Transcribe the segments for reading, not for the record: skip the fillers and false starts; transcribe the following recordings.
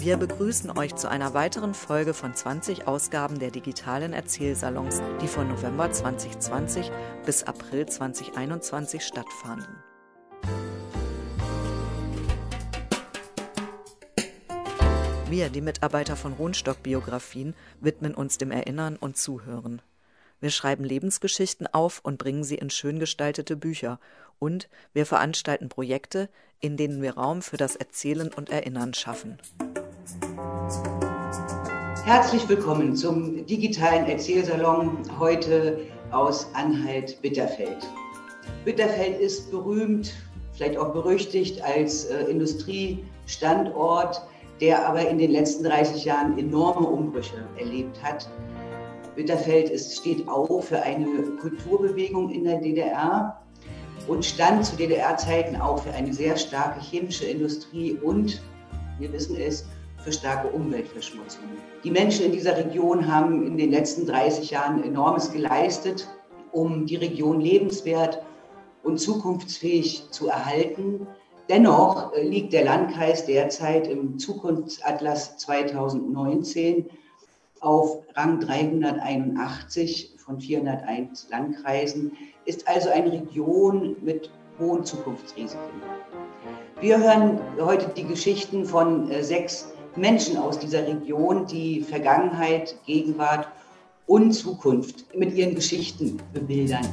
Wir begrüßen euch zu einer weiteren Folge von 20 Ausgaben der digitalen Erzählsalons, die von November 2020 bis April 2021 stattfanden. Wir, die Mitarbeiter von Rohnstock Biografien, widmen uns dem Erinnern und Zuhören. Wir schreiben Lebensgeschichten auf und bringen sie in schön gestaltete Bücher. Und wir veranstalten Projekte, in denen wir Raum für das Erzählen und Erinnern schaffen. Herzlich willkommen zum digitalen Erzählsalon, heute aus Anhalt-Bitterfeld. Bitterfeld ist berühmt, vielleicht auch berüchtigt als Industriestandort, der aber in den letzten 30 Jahren enorme Umbrüche erlebt hat. Bitterfeld steht auch für eine Kulturbewegung in der DDR und stand zu DDR-Zeiten auch für eine sehr starke chemische Industrie und, wir wissen es, für starke Umweltverschmutzung. Die Menschen in dieser Region haben in den letzten 30 Jahren Enormes geleistet, um die Region lebenswert und zukunftsfähig zu erhalten. Dennoch liegt der Landkreis derzeit im Zukunftsatlas 2019 auf Rang 381 von 401 Landkreisen, ist also eine Region mit hohen Zukunftsrisiken. Wir hören heute die Geschichten von 6 Menschen aus dieser Region, die Vergangenheit, Gegenwart und Zukunft mit ihren Geschichten bebildern.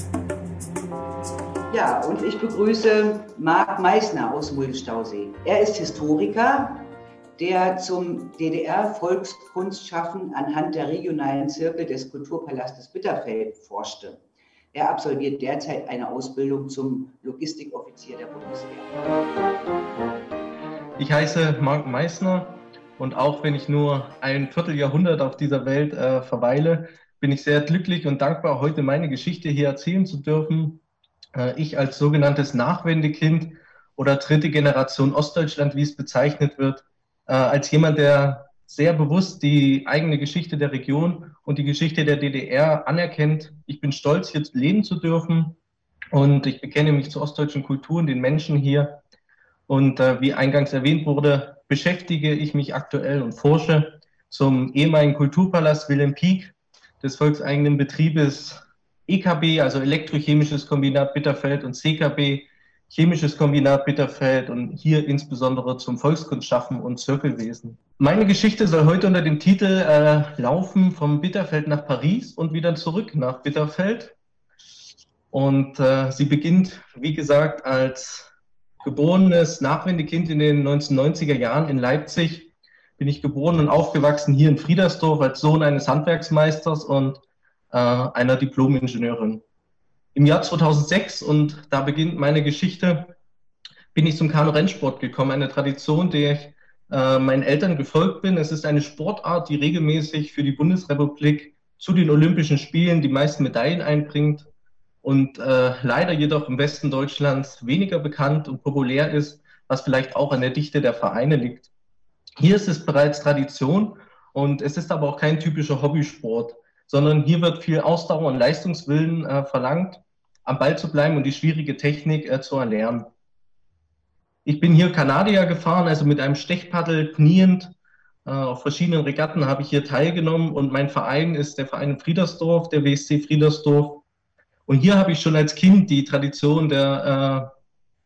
Ja, und ich begrüße Marc Meissner aus Muldenstausee. Er ist Historiker, der zum DDR-Volkskunstschaffen anhand der regionalen Zirkel des Kulturpalastes Bitterfeld forschte. Er absolviert derzeit eine Ausbildung zum Logistikoffizier der Bundeswehr. Ich heiße Marc Meissner und auch wenn ich nur ein Vierteljahrhundert auf dieser Welt verweile, bin ich sehr glücklich und dankbar, heute meine Geschichte hier erzählen zu dürfen. Ich als sogenanntes Nachwendekind oder dritte Generation Ostdeutschland, wie es bezeichnet wird, als jemand, der sehr bewusst die eigene Geschichte der Region und die Geschichte der DDR anerkennt. Ich bin stolz, hier leben zu dürfen und ich bekenne mich zur ostdeutschen Kultur und den Menschen hier. Und wie eingangs erwähnt wurde, beschäftige ich mich aktuell und forsche zum ehemaligen Kulturpalast Wilhelm Pieck des volkseigenen Betriebes EKB, also Elektrochemisches Kombinat Bitterfeld, und CKB, Chemisches Kombinat Bitterfeld, und hier insbesondere zum Volkskunstschaffen und Zirkelwesen. Meine Geschichte soll heute unter dem Titel laufen: Vom Bitterfeld nach Paris und wieder zurück nach Bitterfeld. Und sie beginnt, wie gesagt, als geborenes Nachwendekind in den 1990er Jahren in Leipzig. Bin ich geboren und aufgewachsen hier in Friedersdorf als Sohn eines Handwerksmeisters und einer Diplom-Ingenieurin. Im Jahr 2006, und da beginnt meine Geschichte, bin ich zum Kanu-Rennsport gekommen, eine Tradition, der ich meinen Eltern gefolgt bin. Es ist eine Sportart, die regelmäßig für die Bundesrepublik zu den Olympischen Spielen die meisten Medaillen einbringt und leider jedoch im Westen Deutschlands weniger bekannt und populär ist, was vielleicht auch an der Dichte der Vereine liegt. Hier ist es bereits Tradition und es ist aber auch kein typischer Hobbysport, sondern hier wird viel Ausdauer und Leistungswillen verlangt, am Ball zu bleiben und die schwierige Technik zu erlernen. Ich bin hier Kanadier gefahren, also mit einem Stechpaddel kniend. Auf verschiedenen Regatten habe ich hier teilgenommen und mein Verein ist der Verein in Friedersdorf, der WSC Friedersdorf. Und hier habe ich schon als Kind die Tradition der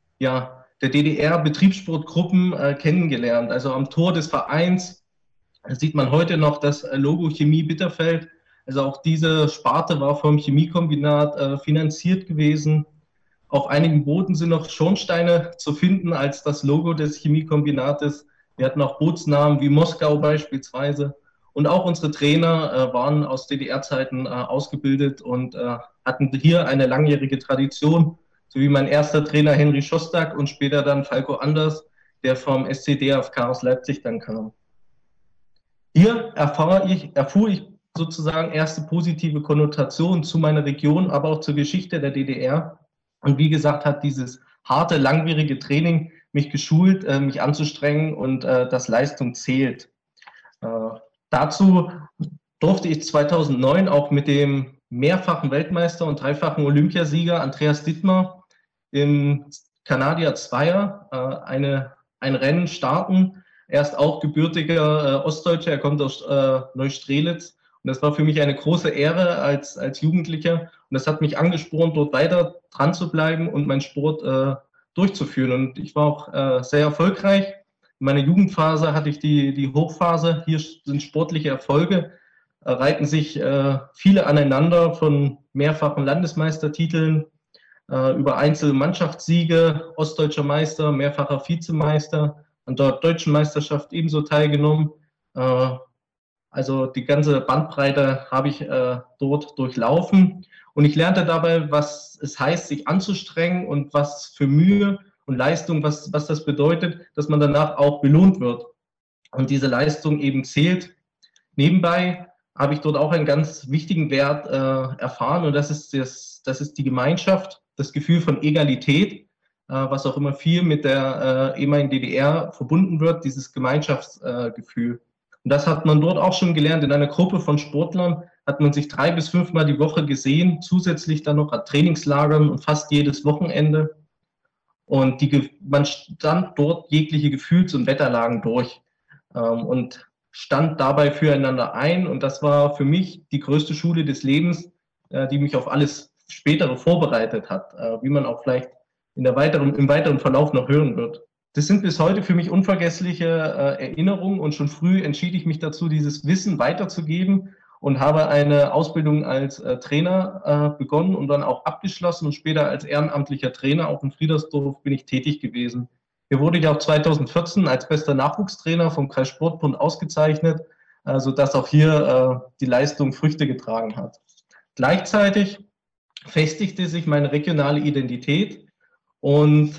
DDR-Betriebssportgruppen kennengelernt. Also am Tor des Vereins sieht man heute noch das Logo Chemie Bitterfeld. Also auch diese Sparte war vom Chemiekombinat finanziert gewesen. Auf einigen Booten sind noch Schornsteine zu finden als das Logo des Chemiekombinates. Wir hatten auch Bootsnamen wie Moskau beispielsweise. Und auch unsere Trainer waren aus DDR-Zeiten ausgebildet und hatten hier eine langjährige Tradition, so wie mein erster Trainer Henry Schostak und später dann Falco Anders, der vom SC DFK aus Leipzig dann kam. Hier erfuhr ich sozusagen erste positive Konnotationen zu meiner Region, aber auch zur Geschichte der DDR. Und wie gesagt, hat dieses harte, langwierige Training mich geschult, mich anzustrengen und dass Leistung zählt. Dazu durfte ich 2009 auch mit dem mehrfachen Weltmeister und dreifachen Olympiasieger Andreas Dittmar im Kanadier Zweier ein Rennen starten, Er ist auch gebürtiger Ostdeutscher, er kommt aus Neustrelitz. Und das war für mich eine große Ehre als Jugendlicher. Und das hat mich angespornt, dort weiter dran zu bleiben und meinen Sport durchzuführen. Und ich war auch sehr erfolgreich. In meiner Jugendphase hatte ich die Hochphase. Hier sind sportliche Erfolge, reihten sich viele aneinander, von mehrfachen Landesmeistertiteln über Einzelmannschaftssiege, ostdeutscher Meister, mehrfacher Vizemeister, an der deutschen Meisterschaft ebenso teilgenommen. Also die ganze Bandbreite habe ich dort durchlaufen. Und ich lernte dabei, was es heißt, sich anzustrengen und was für Mühe und Leistung, was das bedeutet, dass man danach auch belohnt wird. Und diese Leistung eben zählt. Nebenbei habe ich dort auch einen ganz wichtigen Wert erfahren, und das ist die Gemeinschaft, das Gefühl von Egalität, was auch immer viel mit der ehemaligen DDR verbunden wird, dieses Gemeinschaftsgefühl. Und das hat man dort auch schon gelernt. In einer Gruppe von Sportlern hat man sich 3 bis 5 Mal die Woche gesehen, zusätzlich dann noch an Trainingslagern und fast jedes Wochenende. Und man stand dort jegliche Gefühls- und Wetterlagen durch und stand dabei füreinander ein. Und das war für mich die größte Schule des Lebens, die mich auf alles Spätere vorbereitet hat, wie man auch vielleicht im weiteren Verlauf noch hören wird. Das sind bis heute für mich unvergessliche Erinnerungen, und schon früh entschied ich mich dazu, dieses Wissen weiterzugeben, und habe eine Ausbildung als Trainer begonnen und dann auch abgeschlossen, und später als ehrenamtlicher Trainer auch in Friedersdorf bin ich tätig gewesen. Hier wurde ich auch 2014 als bester Nachwuchstrainer vom Kreissportbund ausgezeichnet, sodass auch hier die Leistung Früchte getragen hat. Gleichzeitig festigte sich meine regionale Identität, und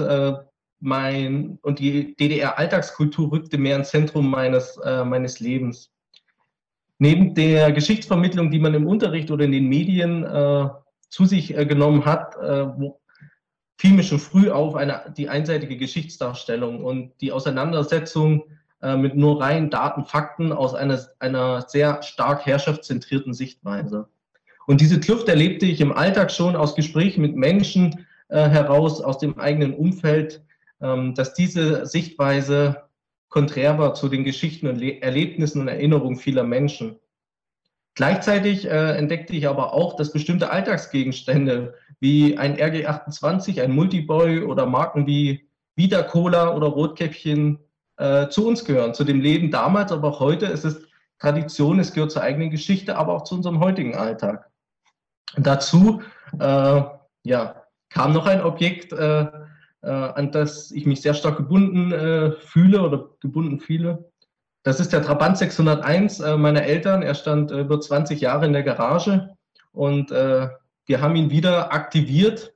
die DDR-Alltagskultur rückte mehr ins Zentrum meines Lebens. Neben der Geschichtsvermittlung, die man im Unterricht oder in den Medien zu sich genommen hat, fiel mir schon früh auf die einseitige Geschichtsdarstellung und die Auseinandersetzung mit nur reinen Daten, Fakten aus einer sehr stark herrschaftszentrierten Sichtweise. Und diese Kluft erlebte ich im Alltag schon aus Gesprächen mit Menschen heraus, aus dem eigenen Umfeld, dass diese Sichtweise konträr war zu den Geschichten und Erlebnissen und Erinnerungen vieler Menschen. Gleichzeitig entdeckte ich aber auch, dass bestimmte Alltagsgegenstände wie ein RG28, ein Multiboy oder Marken wie Vita Cola oder Rotkäppchen zu uns gehören, zu dem Leben damals, aber auch heute. Es ist Tradition, es gehört zur eigenen Geschichte, aber auch zu unserem heutigen Alltag. Und dazu kam noch ein Objekt, an das ich mich sehr stark gebunden fühle. Das ist der Trabant 601 meiner Eltern. Er stand über 20 Jahre in der Garage, und wir haben ihn wieder aktiviert,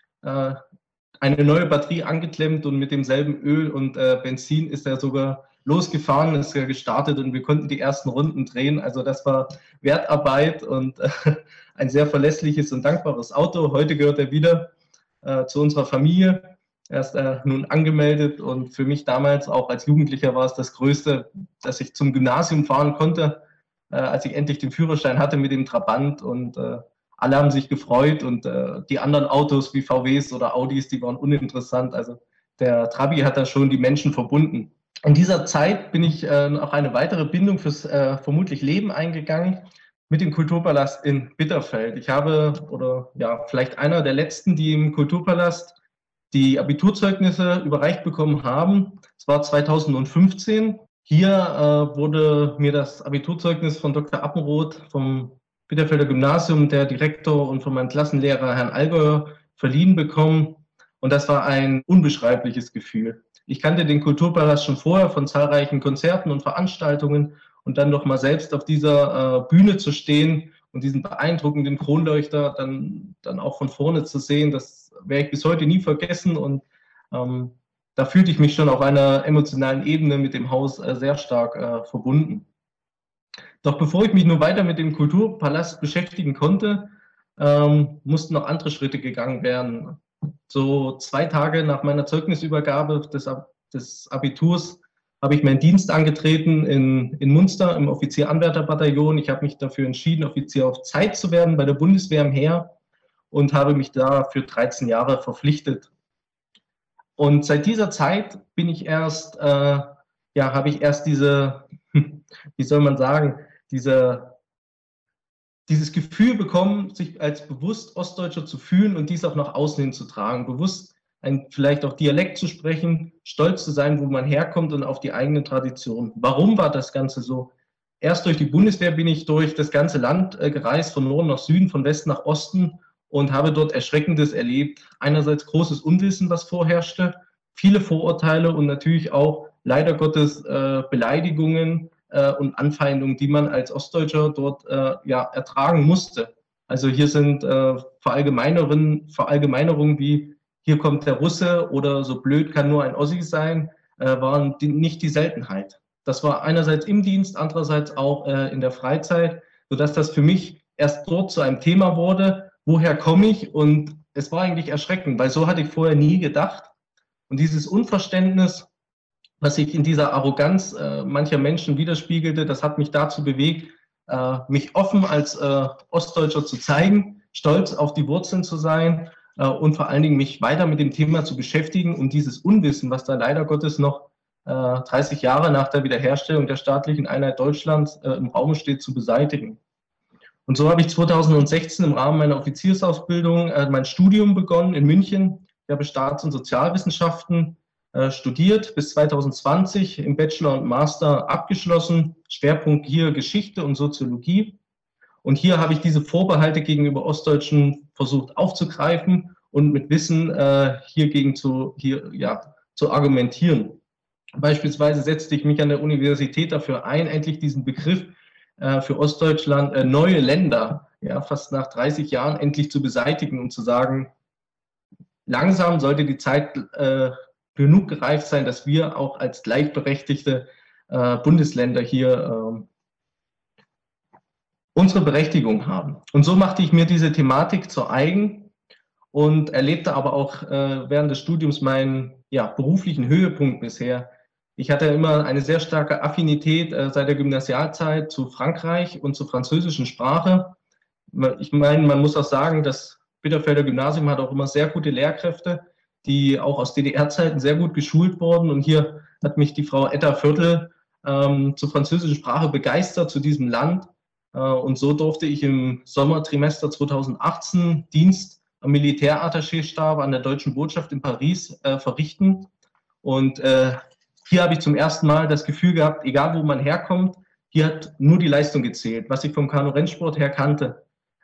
eine neue Batterie angeklemmt, und mit demselben Öl und Benzin ist er sogar losgefahren, ist er gestartet, und wir konnten die ersten Runden drehen. Also das war Wertarbeit und ein sehr verlässliches und dankbares Auto. Heute gehört er wieder zu unserer Familie. Er ist nun angemeldet, und für mich damals, auch als Jugendlicher, war es das Größte, dass ich zum Gymnasium fahren konnte, als ich endlich den Führerschein hatte mit dem Trabant, und alle haben sich gefreut, und die anderen Autos wie VWs oder Audis, die waren uninteressant. Also der Trabi hat da schon die Menschen verbunden. In dieser Zeit bin ich auch eine weitere Bindung fürs vermutlich Leben eingegangen mit dem Kulturpalast in Bitterfeld. Ich habe, vielleicht einer der letzten, die im Kulturpalast die Abiturzeugnisse überreicht bekommen haben. Es war 2015. Hier wurde mir das Abiturzeugnis von Dr. Appenroth vom Bitterfelder Gymnasium, der Direktor, und von meinem Klassenlehrer Herrn Allgäuer verliehen bekommen. Und das war ein unbeschreibliches Gefühl. Ich kannte den Kulturpalast schon vorher von zahlreichen Konzerten und Veranstaltungen, und dann noch mal selbst auf dieser Bühne zu stehen und diesen beeindruckenden Kronleuchter dann auch von vorne zu sehen, das werde ich bis heute nie vergessen, und da fühlte ich mich schon auf einer emotionalen Ebene mit dem Haus sehr stark verbunden. Doch bevor ich mich nur weiter mit dem Kulturpalast beschäftigen konnte, mussten noch andere Schritte gegangen werden. So 2 Tage nach meiner Zeugnisübergabe des Abiturs habe ich meinen Dienst angetreten in Munster im Offizieranwärterbataillon. Ich habe mich dafür entschieden, Offizier auf Zeit zu werden bei der Bundeswehr im Heer, und habe mich da für 13 Jahre verpflichtet. Und seit dieser Zeit bin ich erst ja, habe ich erst wie soll man sagen, dieses Gefühl bekommen, sich als bewusst Ostdeutscher zu fühlen und dies auch nach außen hin zu tragen, bewusst vielleicht auch Dialekt zu sprechen, stolz zu sein, wo man herkommt und auf die eigene Tradition. Warum war das Ganze so? Erst durch die Bundeswehr bin ich durch das ganze Land gereist, von Norden nach Süden, von Westen nach Osten und habe dort Erschreckendes erlebt. Einerseits großes Unwissen, was vorherrschte, viele Vorurteile und natürlich auch leider Gottes Beleidigungen und Anfeindungen, die man als Ostdeutscher dort ja, ertragen musste. Also hier sind Verallgemeinerungen wie hier kommt der Russe oder so blöd kann nur ein Ossi sein, waren nicht die Seltenheit. Das war einerseits im Dienst, andererseits auch in der Freizeit, sodass das für mich erst dort zu einem Thema wurde, woher komme ich? Und es war eigentlich erschreckend, weil so hatte ich vorher nie gedacht. Und dieses Unverständnis, was sich in dieser Arroganz mancher Menschen widerspiegelte, das hat mich dazu bewegt, mich offen als Ostdeutscher zu zeigen, stolz auf die Wurzeln zu sein und vor allen Dingen mich weiter mit dem Thema zu beschäftigen, um dieses Unwissen, was da leider Gottes noch 30 Jahre nach der Wiederherstellung der staatlichen Einheit Deutschlands im Raum steht, zu beseitigen. Und so habe ich 2016 im Rahmen meiner Offiziersausbildung mein Studium begonnen in München. Ich habe Staats- und Sozialwissenschaften studiert, bis 2020 im Bachelor und Master abgeschlossen. Schwerpunkt hier Geschichte und Soziologie. Und hier habe ich diese Vorbehalte gegenüber Ostdeutschen versucht aufzugreifen und mit Wissen zu argumentieren. Beispielsweise setzte ich mich an der Universität dafür ein, endlich diesen Begriff für Ostdeutschland, neue Länder, ja, fast nach 30 Jahren endlich zu beseitigen und zu sagen, langsam sollte die Zeit genug gereift sein, dass wir auch als gleichberechtigte Bundesländer hier unsere Berechtigung haben. Und so machte ich mir diese Thematik zu eigen und erlebte aber auch während des Studiums meinen beruflichen Höhepunkt bisher. Ich hatte immer eine sehr starke Affinität seit der Gymnasialzeit zu Frankreich und zur französischen Sprache. Ich meine, man muss auch sagen, das Bitterfelder Gymnasium hat auch immer sehr gute Lehrkräfte, die auch aus DDR-Zeiten sehr gut geschult wurden. Und hier hat mich die Frau Etta Viertel zur französischen Sprache begeistert, zu diesem Land. Und so durfte ich im Sommertrimester 2018 Dienst am Militärattachéstab an der Deutschen Botschaft in Paris verrichten. Und hier habe ich zum ersten Mal das Gefühl gehabt, egal wo man herkommt, hier hat nur die Leistung gezählt, was ich vom Kanu-Rennsport her kannte.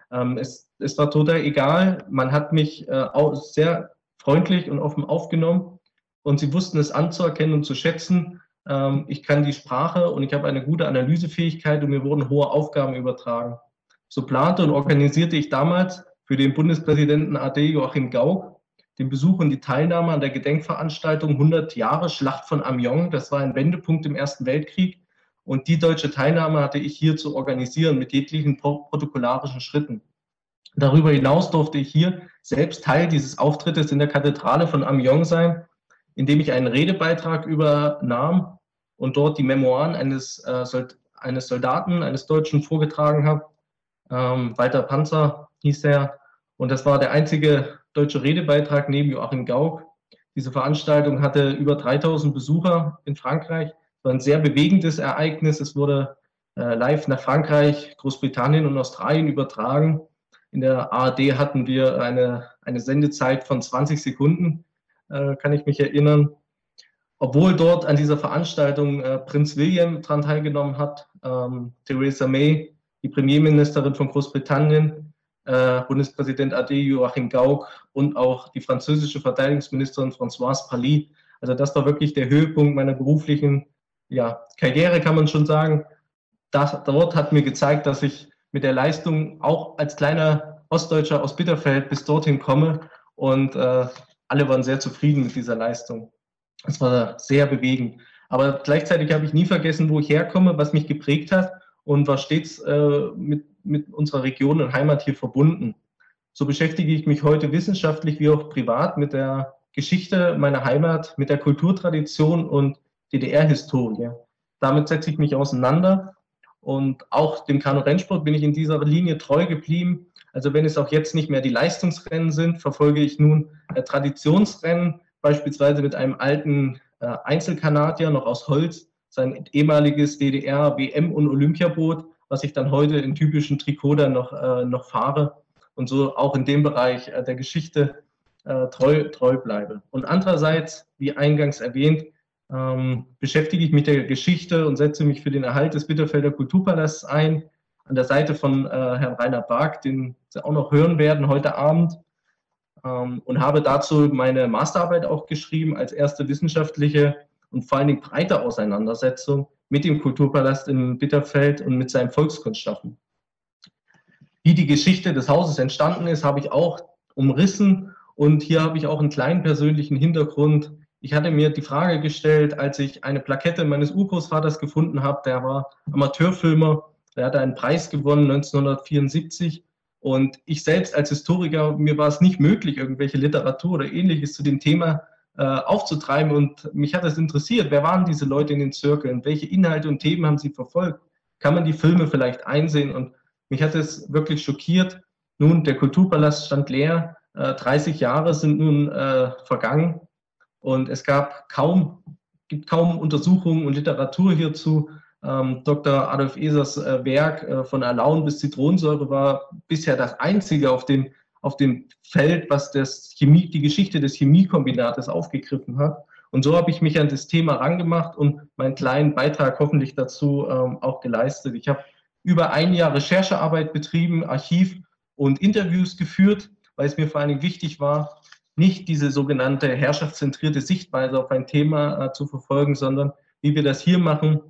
Es war total egal, man hat mich auch sehr freundlich und offen aufgenommen und sie wussten es anzuerkennen und zu schätzen. Ich kann die Sprache und ich habe eine gute Analysefähigkeit und mir wurden hohe Aufgaben übertragen. So plante und organisierte ich damals für den Bundespräsidenten AD Joachim Gauck den Besuch und die Teilnahme an der Gedenkveranstaltung 100 Jahre Schlacht von Amiens. Das war ein Wendepunkt im Ersten Weltkrieg. Und die deutsche Teilnahme hatte ich hier zu organisieren mit jeglichen protokollarischen Schritten. Darüber hinaus durfte ich hier selbst Teil dieses Auftrittes in der Kathedrale von Amiens sein, indem ich einen Redebeitrag übernahm und dort die Memoiren eines Soldaten, eines Deutschen vorgetragen habe. Walter Panzer hieß er. Und das war der einzige deutsche Redebeitrag neben Joachim Gauck. Diese Veranstaltung hatte über 3000 Besucher in Frankreich. Es war ein sehr bewegendes Ereignis. Es wurde live nach Frankreich, Großbritannien und Australien übertragen. In der ARD hatten wir eine Sendezeit von 20 Sekunden, kann ich mich erinnern. Obwohl dort an dieser Veranstaltung Prinz William daran teilgenommen hat, Theresa May, die Premierministerin von Großbritannien, Bundespräsident AD Joachim Gauck und auch die französische Verteidigungsministerin Françoise Paly. Also das war wirklich der Höhepunkt meiner beruflichen Karriere, kann man schon sagen. Dort hat mir gezeigt, dass ich mit der Leistung auch als kleiner Ostdeutscher aus Bitterfeld bis dorthin komme und alle waren sehr zufrieden mit dieser Leistung. Es war sehr bewegend. Aber gleichzeitig habe ich nie vergessen, wo ich herkomme, was mich geprägt hat und war stets mit unserer Region und Heimat hier verbunden. So beschäftige ich mich heute wissenschaftlich wie auch privat mit der Geschichte meiner Heimat, mit der Kulturtradition und DDR-Historie. Damit setze ich mich auseinander und auch dem Kanu-Rennsport bin ich in dieser Linie treu geblieben. Also wenn es auch jetzt nicht mehr die Leistungsrennen sind, verfolge ich nun Traditionsrennen, beispielsweise mit einem alten Einzelkanadier noch aus Holz, sein ehemaliges DDR-WM- und Olympiaboot, was ich dann heute in typischen Trikot dann noch fahre und so auch in dem Bereich der Geschichte treu bleibe. Und andererseits, wie eingangs erwähnt, beschäftige ich mich mit der Geschichte und setze mich für den Erhalt des Bitterfelder Kulturpalasts ein, an der Seite von Herrn Reinhard Bark, den Sie auch noch hören werden heute Abend, und habe dazu meine Masterarbeit auch geschrieben als erste wissenschaftliche und vor allen Dingen breite Auseinandersetzung mit dem Kulturpalast in Bitterfeld und mit seinen Volkskunstschaffen. Wie die Geschichte des Hauses entstanden ist, habe ich auch umrissen, und hier habe ich auch einen kleinen persönlichen Hintergrund. Ich hatte mir die Frage gestellt, als ich eine Plakette meines Urgroßvaters gefunden habe, der war Amateurfilmer, der hatte einen Preis gewonnen 1974, und ich selbst als Historiker, mir war es nicht möglich, irgendwelche Literatur oder Ähnliches zu dem Thema aufzutreiben, und mich hat es interessiert, wer waren diese Leute in den Zirkeln, welche Inhalte und Themen haben sie verfolgt, kann man die Filme vielleicht einsehen, und mich hat es wirklich schockiert. Nun, der Kulturpalast stand leer, 30 Jahre sind nun vergangen, und es gibt kaum Untersuchungen und Literatur hierzu. Dr. Adolf Esers Werk von Alaun bis Zitronensäure war bisher das einzige auf dem Feld, was die Geschichte des Chemiekombinates aufgegriffen hat. Und so habe ich mich an das Thema rangemacht und meinen kleinen Beitrag hoffentlich dazu auch geleistet. Ich habe über ein Jahr Recherchearbeit betrieben, Archiv und Interviews geführt, weil es mir vor allen Dingen wichtig war, nicht diese sogenannte herrschaftszentrierte Sichtweise auf ein Thema zu verfolgen, sondern wie wir das hier machen,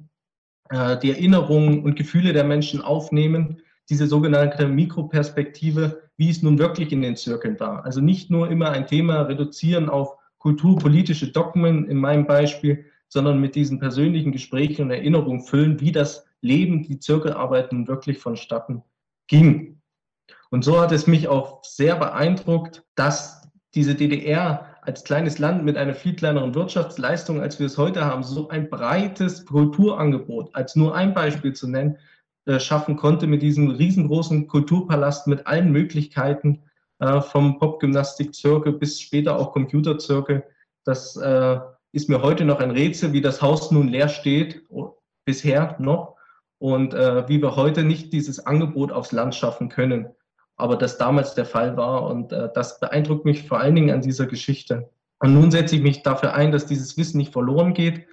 die Erinnerungen und Gefühle der Menschen aufnehmen, diese sogenannte Mikroperspektive, wie es nun wirklich in den Zirkeln war. Also nicht nur immer ein Thema reduzieren auf kulturpolitische Dogmen in meinem Beispiel, sondern mit diesen persönlichen Gesprächen und Erinnerungen füllen, wie das Leben, die Zirkelarbeit nun wirklich vonstatten ging. Und so hat es mich auch sehr beeindruckt, dass diese DDR als kleines Land mit einer viel kleineren Wirtschaftsleistung, als wir es heute haben, so ein breites Kulturangebot, als nur ein Beispiel zu nennen, schaffen konnte mit diesem riesengroßen Kulturpalast mit allen Möglichkeiten, vom Popgymnastik-Zirkel bis später auch Computerzirkel. Das ist mir heute noch ein Rätsel, wie das Haus nun leer steht, bisher noch, und wie wir heute nicht dieses Angebot aufs Land schaffen können, aber das damals der Fall war, und das beeindruckt mich vor allen Dingen an dieser Geschichte. Und nun setze ich mich dafür ein, dass dieses Wissen nicht verloren geht.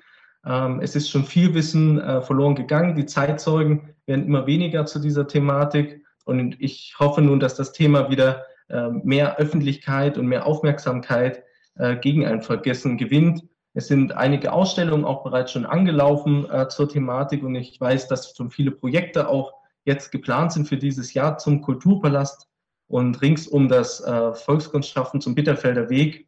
Es ist schon viel Wissen verloren gegangen. Die Zeitzeugen werden immer weniger zu dieser Thematik, und ich hoffe nun, dass das Thema wieder mehr Öffentlichkeit und mehr Aufmerksamkeit gegen ein Vergessen gewinnt. Es sind einige Ausstellungen auch bereits schon angelaufen zur Thematik, und ich weiß, dass schon viele Projekte auch jetzt geplant sind für dieses Jahr zum Kulturpalast und rings um das Volkskunstschaffen zum Bitterfelder Weg.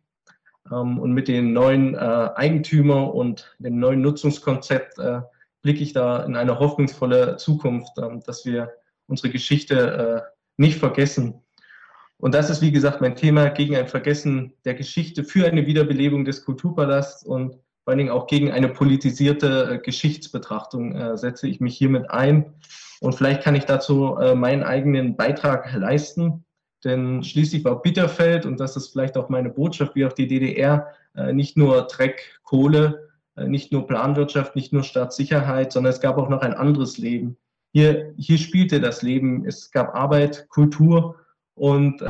Und mit den neuen Eigentümer und dem neuen Nutzungskonzept blicke ich da in eine hoffnungsvolle Zukunft, dass wir unsere Geschichte nicht vergessen. Und das ist, wie gesagt, mein Thema: gegen ein Vergessen der Geschichte, für eine Wiederbelebung des Kulturpalasts und vor allen Dingen auch gegen eine politisierte Geschichtsbetrachtung setze ich mich hiermit ein. Und vielleicht kann ich dazu meinen eigenen Beitrag leisten, denn schließlich war Bitterfeld, und das ist vielleicht auch meine Botschaft, wie auch die DDR, nicht nur Dreck, Kohle, nicht nur Planwirtschaft, nicht nur Staatssicherheit, sondern es gab auch noch ein anderes Leben. Hier spielte das Leben, es gab Arbeit, Kultur und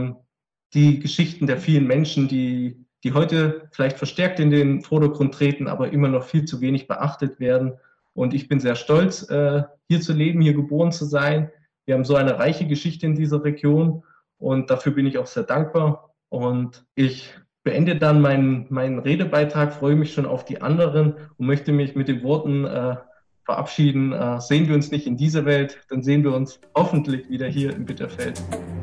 die Geschichten der vielen Menschen, die heute vielleicht verstärkt in den Vordergrund treten, aber immer noch viel zu wenig beachtet werden. Und ich bin sehr stolz, hier zu leben, hier geboren zu sein. Wir haben so eine reiche Geschichte in dieser Region, und dafür bin ich auch sehr dankbar. Und ich beende dann meinen Redebeitrag, freue mich schon auf die anderen und möchte mich mit den Worten verabschieden. Sehen wir uns nicht in dieser Welt, dann sehen wir uns hoffentlich wieder hier in Bitterfeld.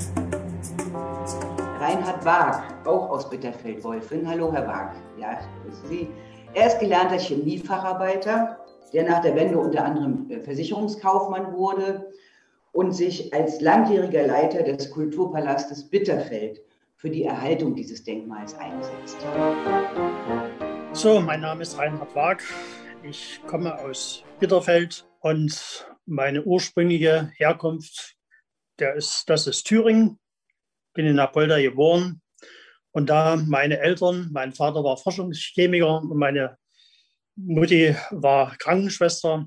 Reinhard Bark, auch aus Bitterfeld-Wolfen. Hallo, Herr Bark. Ja, grüßen Sie. Er ist gelernter Chemiefacharbeiter, der nach der Wende unter anderem Versicherungskaufmann wurde und sich als langjähriger Leiter des Kulturpalastes Bitterfeld für die Erhaltung dieses Denkmals einsetzt. So, mein Name ist Reinhard Bark. Ich komme aus Bitterfeld, und meine ursprüngliche Herkunft, das ist Thüringen. Bin in Apolda geboren, und da meine Eltern, mein Vater war Forschungschemiker und meine Mutti war Krankenschwester,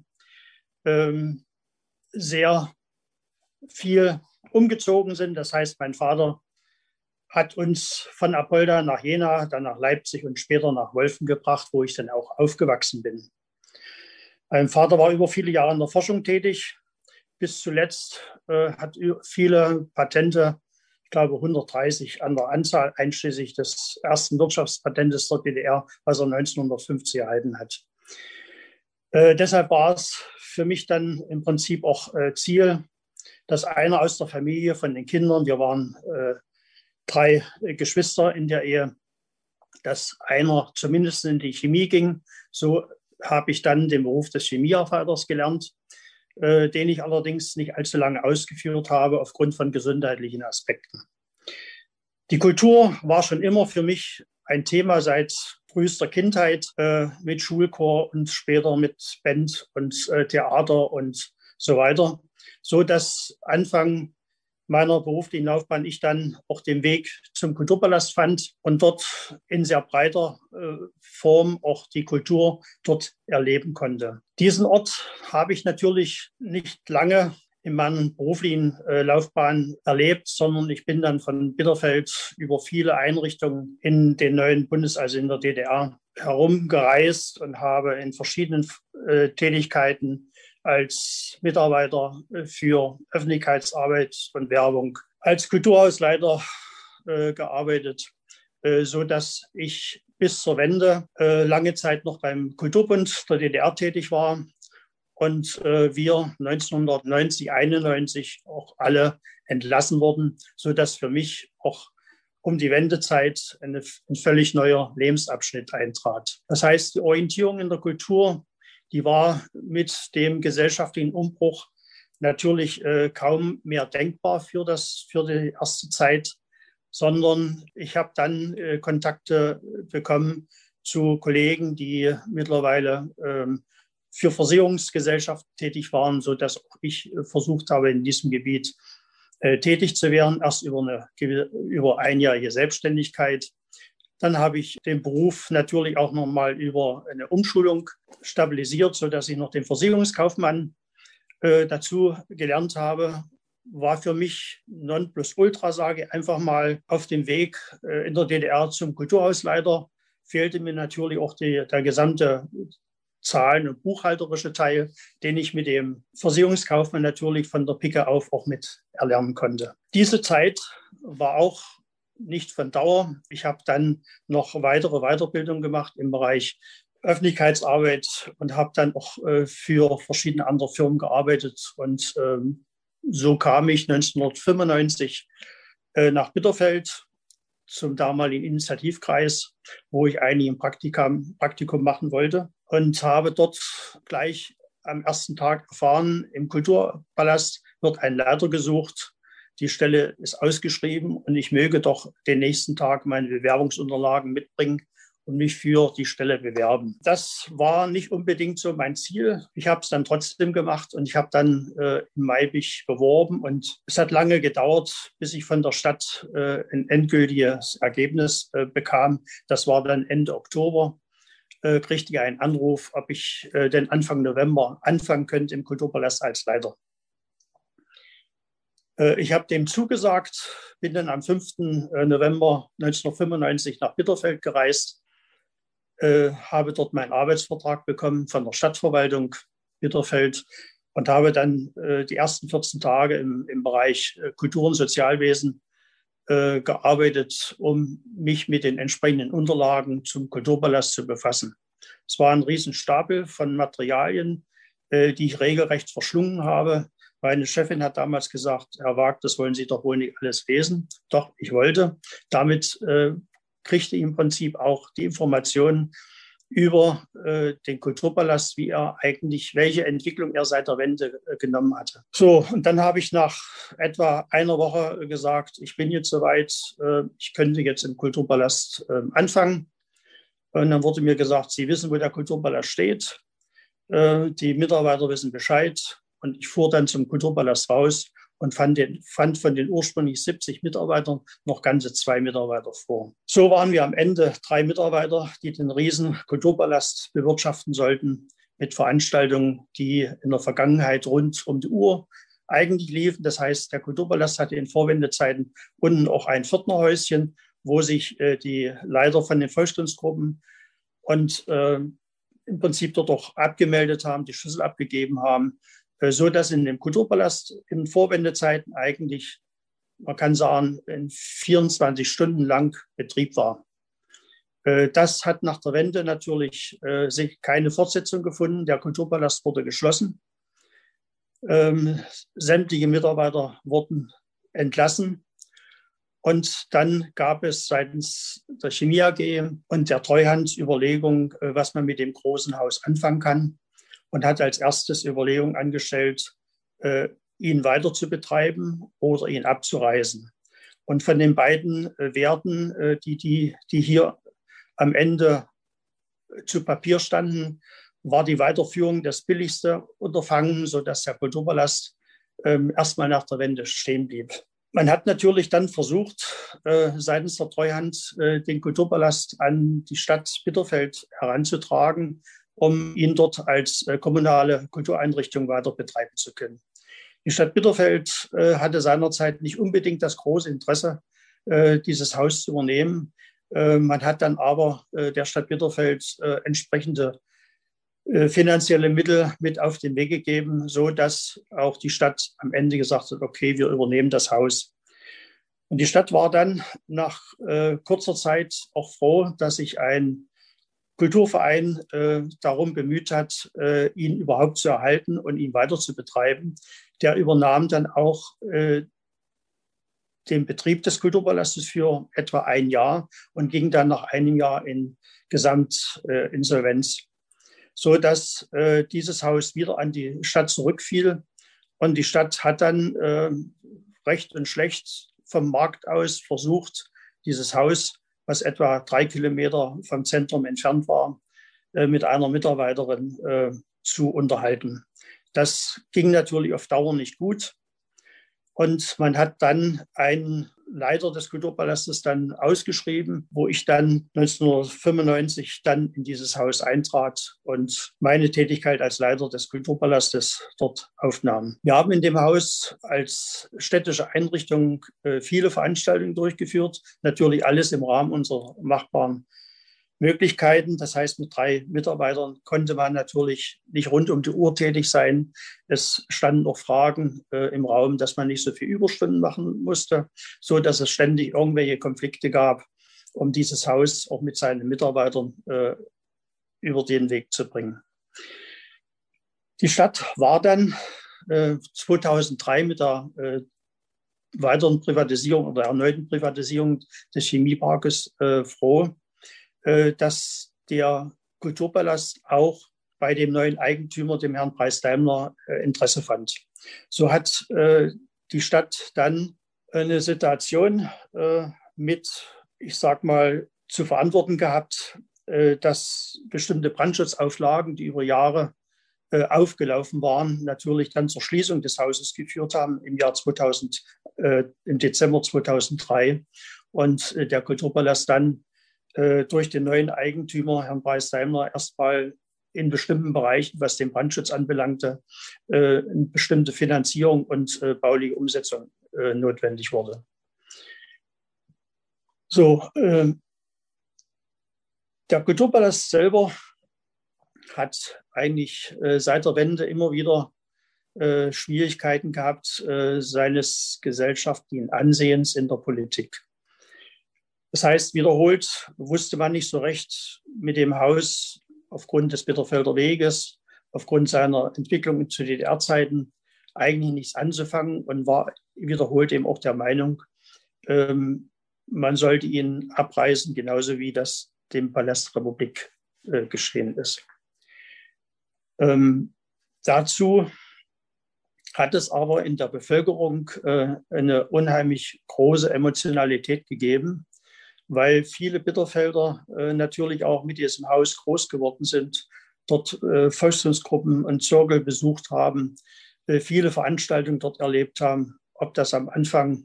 sehr viel umgezogen sind. Das heißt, mein Vater hat uns von Apolda nach Jena, dann nach Leipzig und später nach Wolfen gebracht, wo ich dann auch aufgewachsen bin. Mein Vater war über viele Jahre in der Forschung tätig. Bis zuletzt hat viele Patente, ich glaube 130 an der Anzahl, einschließlich des ersten Wirtschaftspatentes der DDR, was er 1950 erhalten hat. Deshalb war es für mich dann im Prinzip auch Ziel, dass einer aus der Familie von den Kindern, wir waren 3 Geschwister in der Ehe, dass einer zumindest in die Chemie ging. So habe ich dann den Beruf des Chemiearbeiters gelernt, den ich allerdings nicht allzu lange ausgeführt habe aufgrund von gesundheitlichen Aspekten. Die Kultur war schon immer für mich ein Thema seit frühester Kindheit mit Schulchor und später mit Band und Theater und so weiter, so dass Anfang meiner beruflichen Laufbahn ich dann auch den Weg zum Kulturpalast fand und dort in sehr breiter Form auch die Kultur dort erleben konnte. Diesen Ort habe ich natürlich nicht lange in meiner beruflichen Laufbahn erlebt, sondern ich bin dann von Bitterfeld über viele Einrichtungen in den neuen also in der DDR, herumgereist und habe in verschiedenen Tätigkeiten als Mitarbeiter für Öffentlichkeitsarbeit und Werbung, als Kulturhausleiter gearbeitet, so dass ich bis zur Wende lange Zeit noch beim Kulturbund der DDR tätig war und wir 1990, 91 auch alle entlassen wurden, so dass für mich auch um die Wendezeit ein völlig neuer Lebensabschnitt eintrat. Das heißt, die Orientierung in der Kultur, die war mit dem gesellschaftlichen Umbruch natürlich kaum mehr denkbar für die erste Zeit, sondern ich habe dann Kontakte bekommen zu Kollegen, die mittlerweile für Versicherungsgesellschaften tätig waren, sodass auch ich versucht habe, in diesem Gebiet tätig zu werden, erst über einjährige Selbstständigkeit. Dann habe ich den Beruf natürlich auch nochmal über eine Umschulung stabilisiert, sodass ich noch den Versicherungskaufmann dazu gelernt habe. War für mich Nonplusultra, sage ich einfach mal, auf dem Weg in der DDR zum Kulturhausleiter. Fehlte mir natürlich auch der gesamte Zahlen- und buchhalterische Teil, den ich mit dem Versicherungskaufmann natürlich von der Pike auf auch mit erlernen konnte. Diese Zeit war auch nicht von Dauer. Ich habe dann noch weitere Weiterbildung gemacht im Bereich Öffentlichkeitsarbeit und habe dann auch für verschiedene andere Firmen gearbeitet. Und so kam ich 1995 nach Bitterfeld zum damaligen Initiativkreis, wo ich eigentlich ein Praktikum machen wollte und habe dort gleich am ersten Tag erfahren, im Kulturpalast wird ein Leiter gesucht. Die Stelle ist ausgeschrieben und ich möge doch den nächsten Tag meine Bewerbungsunterlagen mitbringen und mich für die Stelle bewerben. Das war nicht unbedingt so mein Ziel. Ich habe es dann trotzdem gemacht und ich habe dann im Mai mich beworben und es hat lange gedauert, bis ich von der Stadt ein endgültiges Ergebnis bekam. Das war dann Ende Oktober. Kriegte ich einen Anruf, ob ich denn Anfang November anfangen könnte im Kulturpalast als Leiter. Ich habe dem zugesagt, bin dann am 5. November 1995 nach Bitterfeld gereist, habe dort meinen Arbeitsvertrag bekommen von der Stadtverwaltung Bitterfeld und habe dann die ersten 14 Tage im Bereich Kultur- und Sozialwesen gearbeitet, um mich mit den entsprechenden Unterlagen zum Kulturpalast zu befassen. Es war ein Riesenstapel von Materialien, die ich regelrecht verschlungen habe. Meine Chefin hat damals gesagt, Herr Waag, das wollen Sie doch wohl nicht alles lesen. Doch, ich wollte. Damit kriegte ich im Prinzip auch die Informationen über den Kulturpalast, welche Entwicklung er seit der Wende genommen hatte. So, und dann habe ich nach etwa einer Woche gesagt, ich bin jetzt soweit, ich könnte jetzt im Kulturpalast anfangen. Und dann wurde mir gesagt, Sie wissen, wo der Kulturpalast steht. Die Mitarbeiter wissen Bescheid. Und ich fuhr dann zum Kulturpalast raus und fand von den ursprünglich 70 Mitarbeitern noch ganze 2 Mitarbeiter vor. So waren wir am Ende 3 Mitarbeiter, die den riesen Kulturpalast bewirtschaften sollten mit Veranstaltungen, die in der Vergangenheit rund um die Uhr eigentlich liefen. Das heißt, der Kulturpalast hatte in Vorwendezeiten unten auch ein Pförtnerhäuschen, wo sich die Leiter von den Volkskunstgruppen und im Prinzip dort auch abgemeldet haben, die Schlüssel abgegeben haben, so dass in dem Kulturpalast in Vorwendezeiten eigentlich, man kann sagen, in 24 Stunden lang Betrieb war. Das hat nach der Wende natürlich sich keine Fortsetzung gefunden. Der Kulturpalast wurde geschlossen. Sämtliche Mitarbeiter wurden entlassen. Und dann gab es seitens der Chemie AG und der Treuhand Überlegung, was man mit dem großen Haus anfangen kann. Und hat als erstes Überlegung angestellt, ihn weiter zu betreiben oder ihn abzureißen. Und von den beiden Werten, die hier am Ende zu Papier standen, war die Weiterführung das billigste Unterfangen, sodass der Kulturpalast erstmal nach der Wende stehen blieb. Man hat natürlich dann versucht, seitens der Treuhand den Kulturpalast an die Stadt Bitterfeld heranzutragen, um ihn dort als kommunale Kultureinrichtung weiter betreiben zu können. Die Stadt Bitterfeld hatte seinerzeit nicht unbedingt das große Interesse, dieses Haus zu übernehmen. Man hat dann aber der Stadt Bitterfeld entsprechende finanzielle Mittel mit auf den Weg gegeben, so dass auch die Stadt am Ende gesagt hat, okay, wir übernehmen das Haus. Und die Stadt war dann nach kurzer Zeit auch froh, dass sich ein Kulturverein darum bemüht hat, ihn überhaupt zu erhalten und ihn weiter zu betreiben. Der übernahm dann auch den Betrieb des Kulturpalastes für etwa ein Jahr und ging dann nach einem Jahr in Gesamtinsolvenz, so dass dieses Haus wieder an die Stadt zurückfiel. Und die Stadt hat dann recht und schlecht vom Markt aus versucht, dieses Haus, was etwa 3 Kilometer vom Zentrum entfernt war, mit einer Mitarbeiterin zu unterhalten. Das ging natürlich auf Dauer nicht gut. Und man hat dann einen Leiter des Kulturpalastes dann ausgeschrieben, wo ich dann 1995 dann in dieses Haus eintrat und meine Tätigkeit als Leiter des Kulturpalastes dort aufnahm. Wir haben in dem Haus als städtische Einrichtung viele Veranstaltungen durchgeführt, natürlich alles im Rahmen unserer machbaren Möglichkeiten. Das heißt, mit 3 Mitarbeitern konnte man natürlich nicht rund um die Uhr tätig sein. Es standen auch Fragen im Raum, dass man nicht so viel Überstunden machen musste, so dass es ständig irgendwelche Konflikte gab, um dieses Haus auch mit seinen Mitarbeitern über den Weg zu bringen. Die Stadt war dann 2003 mit der weiteren Privatisierung oder erneuten Privatisierung des Chemieparkes froh, dass der Kulturpalast auch bei dem neuen Eigentümer, dem Herrn Preis-Daimler, Interesse fand. So hat die Stadt dann eine Situation mit, ich sag mal, zu verantworten gehabt, dass bestimmte Brandschutzauflagen, die über Jahre aufgelaufen waren, natürlich dann zur Schließung des Hauses geführt haben im Dezember 2003 und der Kulturpalast dann durch den neuen Eigentümer, Herrn Preis-Daimler, erstmal in bestimmten Bereichen, was den Brandschutz anbelangte, eine bestimmte Finanzierung und bauliche Umsetzung notwendig wurde. So, der Kulturpalast selber hat eigentlich seit der Wende immer wieder Schwierigkeiten gehabt, seines gesellschaftlichen Ansehens in der Politik. Das heißt, wiederholt wusste man nicht so recht mit dem Haus aufgrund des Bitterfelder Weges, aufgrund seiner Entwicklung zu DDR-Zeiten eigentlich nichts anzufangen und war wiederholt eben auch der Meinung, man sollte ihn abreißen, genauso wie das dem Palast Republik geschehen ist. Dazu hat es aber in der Bevölkerung eine unheimlich große Emotionalität gegeben, weil viele Bitterfelder natürlich auch mit diesem Haus groß geworden sind, dort Volkskunstgruppen und Zirkel besucht haben, viele Veranstaltungen dort erlebt haben ob das am Anfang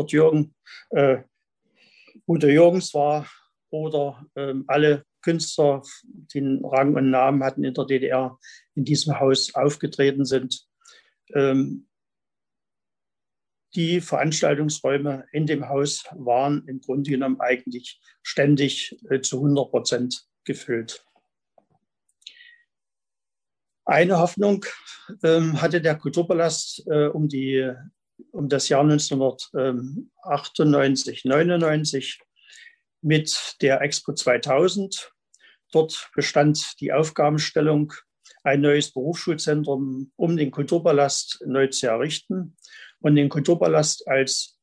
Udo Jürgens war oder alle Künstler, die einen Rang und Namen hatten in der DDR, in diesem Haus aufgetreten sind. Die Veranstaltungsräume in dem Haus waren im Grunde genommen eigentlich ständig zu 100% gefüllt. Eine Hoffnung hatte der Kulturpalast um das Jahr 1998, 99 mit der Expo 2000. Dort bestand die Aufgabenstellung, ein neues Berufsschulzentrum um den Kulturpalast neu zu errichten und den Kulturpalast als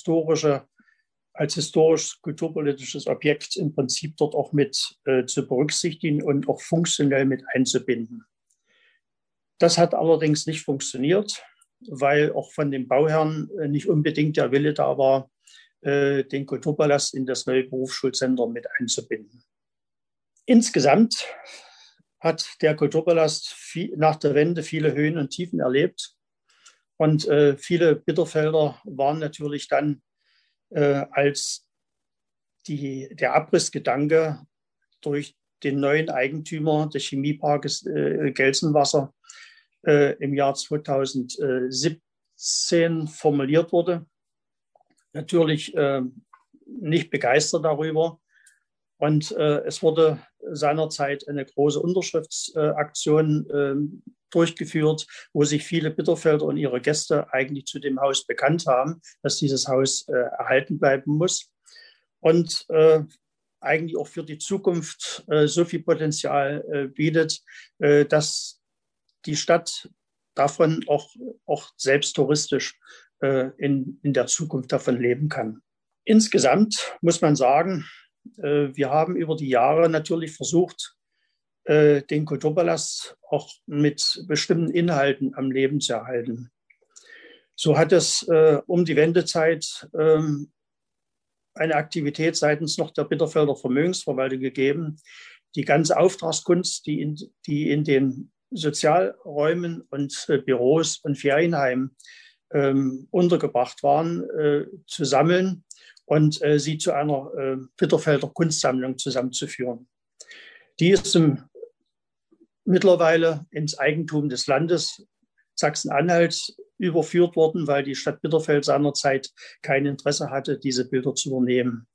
historisch-kulturpolitisches Objekt im Prinzip dort auch mit zu berücksichtigen und auch funktionell mit einzubinden. Das hat allerdings nicht funktioniert, weil auch von den Bauherren nicht unbedingt der Wille da war, den Kulturpalast in das neue Berufsschulzentrum mit einzubinden. Insgesamt hat der Kulturpalast nach der Wende viele Höhen und Tiefen erlebt. Und viele Bitterfelder waren natürlich dann, als der Abrissgedanke durch den neuen Eigentümer des Chemieparkes Gelsenwasser im Jahr 2017 formuliert wurde, natürlich nicht begeistert darüber. Und es wurde seinerzeit eine große Unterschriftsaktion durchgeführt, wo sich viele Bitterfelder und ihre Gäste eigentlich zu dem Haus bekannt haben, dass dieses Haus erhalten bleiben muss und eigentlich auch für die Zukunft so viel Potenzial bietet, dass die Stadt davon auch selbst touristisch in der Zukunft davon leben kann. Insgesamt muss man sagen, wir haben über die Jahre natürlich versucht, den Kulturpalast auch mit bestimmten Inhalten am Leben zu erhalten. So hat es um die Wendezeit eine Aktivität seitens noch der Bitterfelder Vermögensverwaltung gegeben. Die ganze Auftragskunst, die in den Sozialräumen und Büros und Ferienheimen untergebracht waren, zu sammeln und sie zu einer Bitterfelder Kunstsammlung zusammenzuführen. Die ist mittlerweile ins Eigentum des Landes Sachsen-Anhalt überführt worden, weil die Stadt Bitterfeld seinerzeit kein Interesse hatte, diese Bilder zu übernehmen.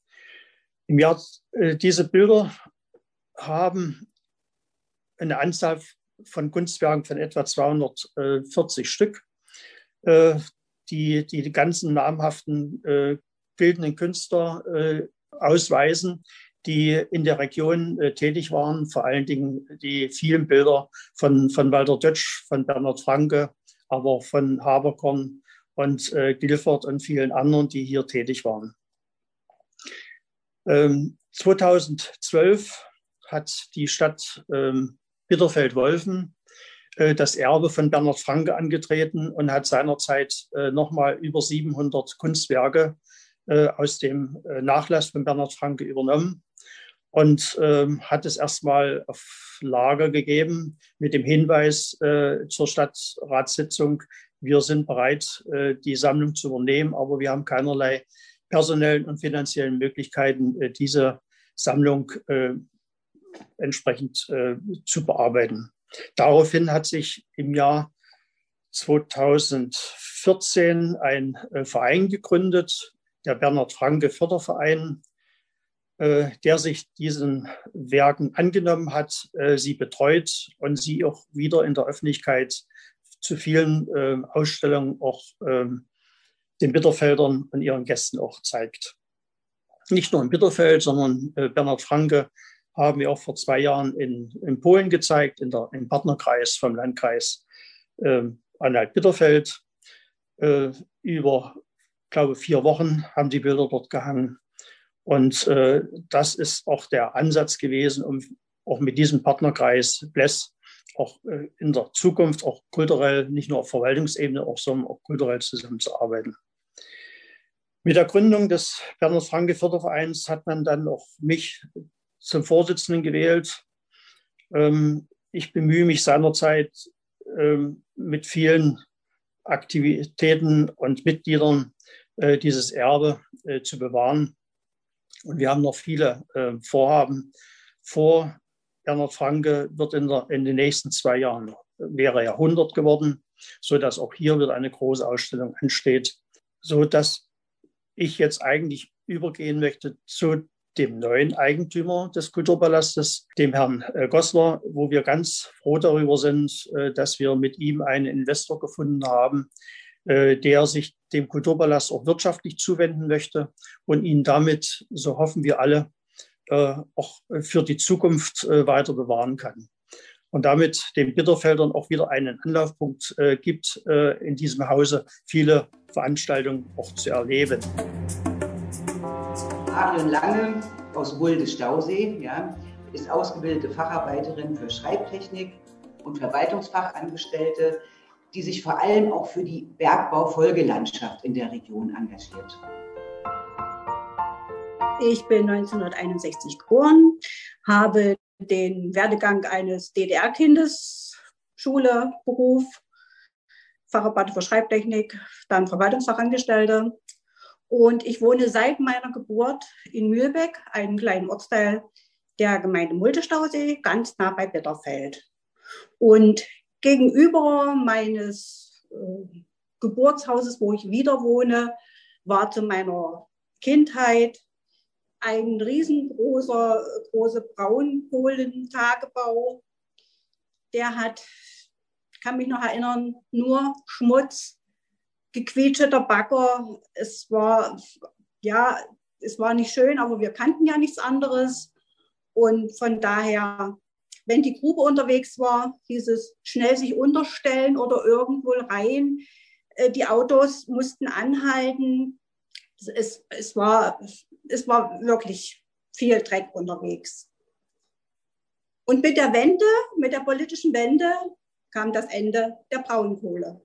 Diese Bilder haben eine Anzahl von Kunstwerken von etwa 240 Stück, die ganzen namhaften bildenden Künstler ausweisen, die in der Region tätig waren, vor allen Dingen die vielen Bilder von Walter Dötsch, von Bernhard Franke, aber von Haberkorn und Guilford und vielen anderen, die hier tätig waren. 2012 hat die Stadt Bitterfeld-Wolfen das Erbe von Bernhard Franke angetreten und hat seinerzeit nochmal über 700 Kunstwerke aus dem Nachlass von Bernhard Franke übernommen und hat es erstmal auf Lager gegeben mit dem Hinweis zur Stadtratssitzung, wir sind bereit, die Sammlung zu übernehmen, aber wir haben keinerlei personellen und finanziellen Möglichkeiten, diese Sammlung entsprechend zu bearbeiten. Daraufhin hat sich im Jahr 2014 ein Verein gegründet, der Bernhard Franke Förderverein, der sich diesen Werken angenommen hat, sie betreut und sie auch wieder in der Öffentlichkeit zu vielen Ausstellungen auch den Bitterfeldern und ihren Gästen auch zeigt. Nicht nur in Bitterfeld, sondern Bernhard Franke haben wir auch vor 2 Jahren in Polen gezeigt, im Partnerkreis vom Landkreis Anhalt-Bitterfeld. Über, glaube ich, 4 Wochen haben die Bilder dort gehangen. Und das ist auch der Ansatz gewesen, um auch mit diesem Partnerkreis BLES auch in der Zukunft auch kulturell, nicht nur auf Verwaltungsebene, sondern auch kulturell zusammenzuarbeiten. Mit der Gründung des Bernhard Franke Fördervereins hat man dann auch mich zum Vorsitzenden gewählt. Ich bemühe mich seinerzeit mit vielen Aktivitäten und Mitgliedern dieses Erbe zu bewahren. Und wir haben noch viele Vorhaben vor. Bernhard Franke wird in den nächsten 2 Jahren, wäre er 100 geworden, sodass auch hier wieder eine große Ausstellung ansteht, sodass ich jetzt eigentlich übergehen möchte zu dem neuen Eigentümer des Kulturpalastes, dem Herrn Goslar, wo wir ganz froh darüber sind, dass wir mit ihm einen Investor gefunden haben, der sich dem Kulturpalast auch wirtschaftlich zuwenden möchte und ihn damit, so hoffen wir alle, auch für die Zukunft weiter bewahren kann. Und damit den Bitterfeldern auch wieder einen Anlaufpunkt gibt, in diesem Hause viele Veranstaltungen auch zu erleben. Marion Lange aus Bulde-Stausee, ja, ist ausgebildete Facharbeiterin für Schreibtechnik und Verwaltungsfachangestellte, die sich vor allem auch für die Bergbaufolgelandschaft in der Region engagiert. Ich bin 1961 geboren, habe den Werdegang eines DDR-Kindes, Schule, Beruf, Facharbeiter für Schreibtechnik, dann Verwaltungsfachangestellte. Und ich wohne seit meiner Geburt in Mühlbeck, einem kleinen Ortsteil der Gemeinde Mulde-Stausee, ganz nah bei Bitterfeld. Und gegenüber meines Geburtshauses, wo ich wieder wohne, war zu meiner Kindheit ein riesengroßer Braunkohlentagebau. Der hat, ich kann mich noch erinnern, nur Schmutz, gequietschter Bagger. Es war nicht schön, aber wir kannten ja nichts anderes. Und von daher, wenn die Grube unterwegs war, hieß es schnell sich unterstellen oder irgendwo rein. Die Autos mussten anhalten. Es war wirklich viel Dreck unterwegs. Und mit der politischen Wende, kam das Ende der Braunkohle.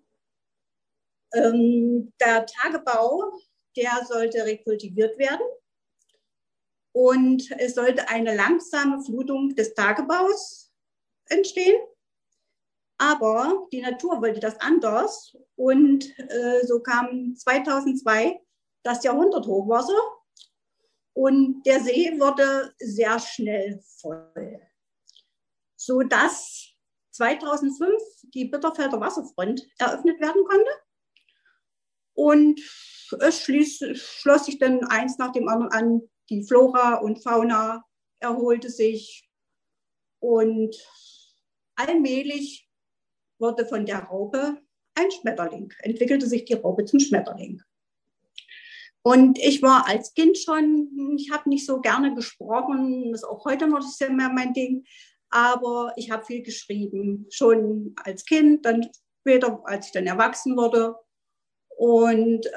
Der Tagebau, der sollte rekultiviert werden und es sollte eine langsame Flutung des Tagebaus entstehen. Aber die Natur wollte das anders und so kam 2002 das Jahrhunderthochwasser und der See wurde sehr schnell voll, sodass 2005 die Bitterfelder Wasserfront eröffnet werden konnte. Und es schloss sich dann eins nach dem anderen an. Die Flora und Fauna erholte sich. Und allmählich wurde von der Raupe ein Schmetterling, entwickelte sich die Raupe zum Schmetterling. Und ich war als Kind schon, ich habe nicht so gerne gesprochen, das ist auch heute noch nicht mehr mein Ding, aber ich habe viel geschrieben, schon als Kind, dann später, als ich dann erwachsen wurde. Und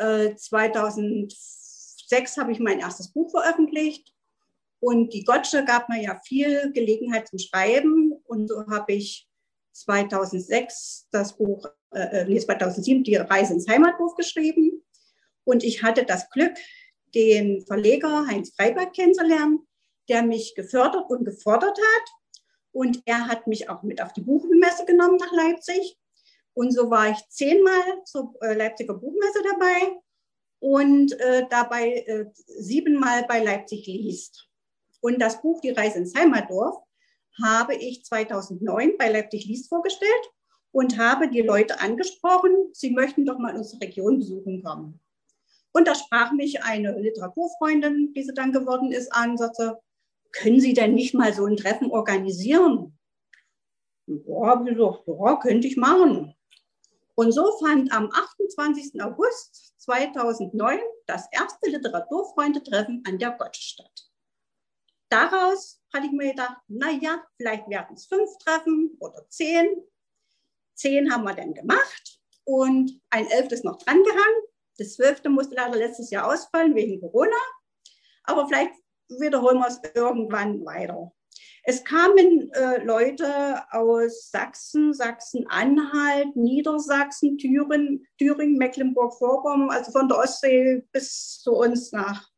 2006 habe ich mein erstes Buch veröffentlicht und die Gottsche gab mir ja viel Gelegenheit zum Schreiben und so habe ich 2007 die Reise ins Heimatdorf geschrieben und ich hatte das Glück, den Verleger Heinz Freiberg kennenzulernen, der mich gefördert und gefordert hat und er hat mich auch mit auf die Buchmesse genommen nach Leipzig. Und so war ich 10-mal zur Leipziger Buchmesse dabei und dabei 7-mal bei Leipzig liest. Und das Buch Die Reise ins Heimatdorf habe ich 2009 bei Leipzig liest vorgestellt und habe die Leute angesprochen, sie möchten doch mal unsere Region besuchen kommen. Und da sprach mich eine Literaturfreundin, die sie dann geworden ist, an und sagte, können Sie denn nicht mal so ein Treffen organisieren? Ja, könnte ich machen. Und so fand am 28. August 2009 das erste Literaturfreunde-Treffen an der Gottsche statt. Daraus hatte ich mir gedacht, naja, vielleicht werden es 5 Treffen oder 10. 10 haben wir dann gemacht und ein 11. ist noch dran gehangen. Das 12. musste leider letztes Jahr ausfallen wegen Corona. Aber vielleicht wiederholen wir es irgendwann weiter. Es kamen Leute aus Sachsen, Sachsen-Anhalt, Niedersachsen, Thüringen, Mecklenburg-Vorpommern, also von der Ostsee bis zu uns nach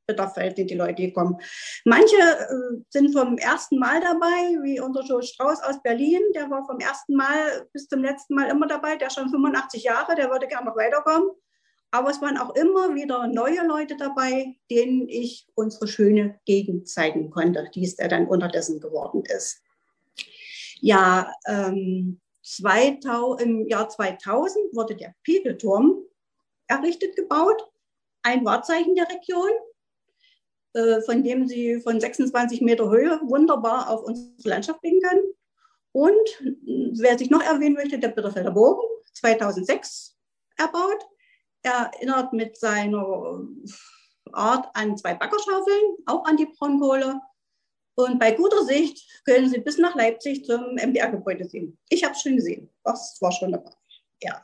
Bitterfeld sind die Leute gekommen. Manche sind vom ersten Mal dabei, wie unser Joe Strauß aus Berlin. Der war vom ersten Mal bis zum letzten Mal immer dabei. Der ist schon 85 Jahre, der würde gerne noch weiterkommen. Aber es waren auch immer wieder neue Leute dabei, denen ich unsere schöne Gegend zeigen konnte, die es dann unterdessen geworden ist. Ja, im Jahr 2000 wurde der Pegelturm errichtet, gebaut. Ein Wahrzeichen der Region, von dem Sie von 26 Meter Höhe wunderbar auf unsere Landschaft blicken können. Und wer sich noch erwähnen möchte, der Bitterfelder Bogen, 2006 erbaut. Er erinnert mit seiner Art an 2 Baggerschaufeln, auch an die Braunkohle. Und bei guter Sicht können Sie bis nach Leipzig zum MDR-Gebäude sehen. Ich habe es schon gesehen. Das war schon dabei. Ja.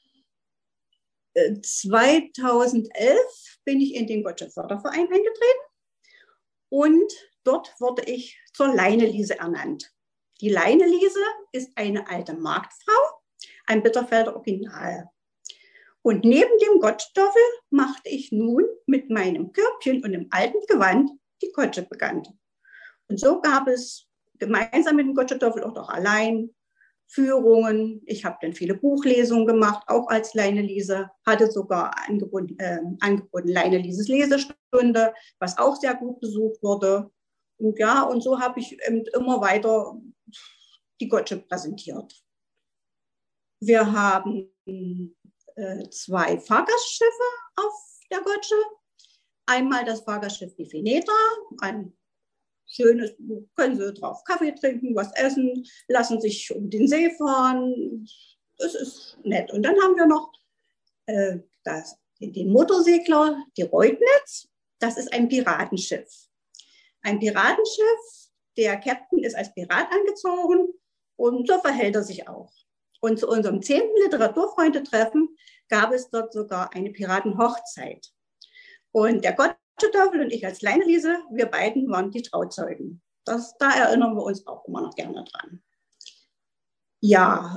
2011 bin ich in den Gottsche Förderverein eingetreten und dort wurde ich zur Leineliese ernannt. Die Leineliese ist eine alte Marktfrau, ein Bitterfelder Original. Und neben dem Gottstoffel machte ich nun mit meinem Körbchen und dem alten Gewand die Gottsche bekannt. Und so gab es gemeinsam mit dem Gottstoffel auch allein Führungen. Ich habe dann viele Buchlesungen gemacht, auch als Leineliese, hatte sogar angeboten Leinelieses Lesestunde, was auch sehr gut besucht wurde. Und ja, und so habe ich immer weiter die Gottsche präsentiert. Wir haben 2 Fahrgastschiffe auf der Gottsche. Einmal das Fahrgastschiff die Veneta, ein schönes, können Sie drauf Kaffee trinken, was essen, lassen sich um den See fahren. Das ist nett. Und dann haben wir noch den Motorsegler, die Reutnitz. Das ist ein Piratenschiff. Ein Piratenschiff, der Captain ist als Pirat angezogen und so verhält er sich auch. Und zu unserem 10. Literaturfreunde-Treffen gab es dort sogar eine Piratenhochzeit. Und der Gottstoffel und ich als Leineliese, wir beiden waren die Trauzeugen. Da erinnern wir uns auch immer noch gerne dran. Ja,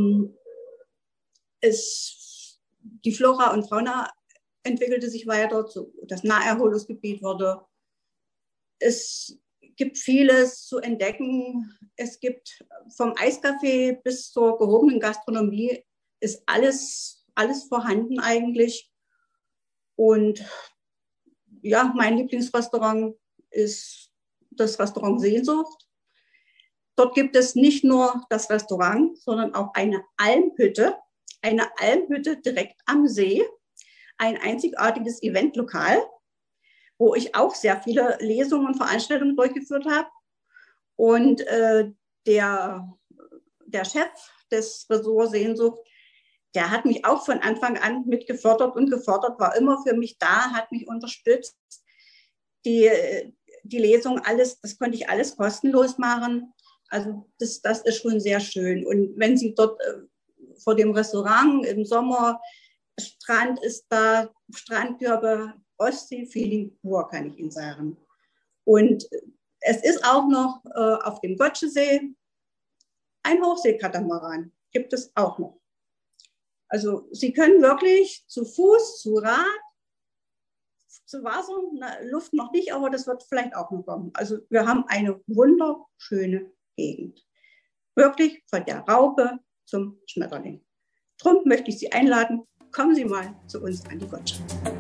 die Flora und Fauna entwickelte sich weiter, das Naherholungsgebiet wurde. Es gibt vieles zu entdecken. Es gibt vom Eiscafé bis zur gehobenen Gastronomie ist alles vorhanden eigentlich. Und ja, mein Lieblingsrestaurant ist das Restaurant Sehnsucht. Dort gibt es nicht nur das Restaurant, sondern auch eine Almhütte direkt am See, ein einzigartiges Eventlokal, wo ich auch sehr viele Lesungen und Veranstaltungen durchgeführt habe. Und der Chef des Ressorts Sehnsucht, der hat mich auch von Anfang an mit gefördert und gefordert, war immer für mich da, hat mich unterstützt. Die Lesung, das konnte ich alles kostenlos machen. Also das ist schon sehr schön. Und wenn Sie dort vor dem Restaurant im Sommer, Strand ist da, Strandkörbe, Ostsee-Feeling pur, kann ich Ihnen sagen. Und es ist auch noch auf dem Gottschesee ein Hochseekatamaran, gibt es auch noch. Also Sie können wirklich zu Fuß, zu Rad, zu Wasser, Luft noch nicht, aber das wird vielleicht auch noch kommen. Also wir haben eine wunderschöne Gegend. Wirklich von der Raupe zum Schmetterling. Drum möchte ich Sie einladen, kommen Sie mal zu uns an die Gottsche.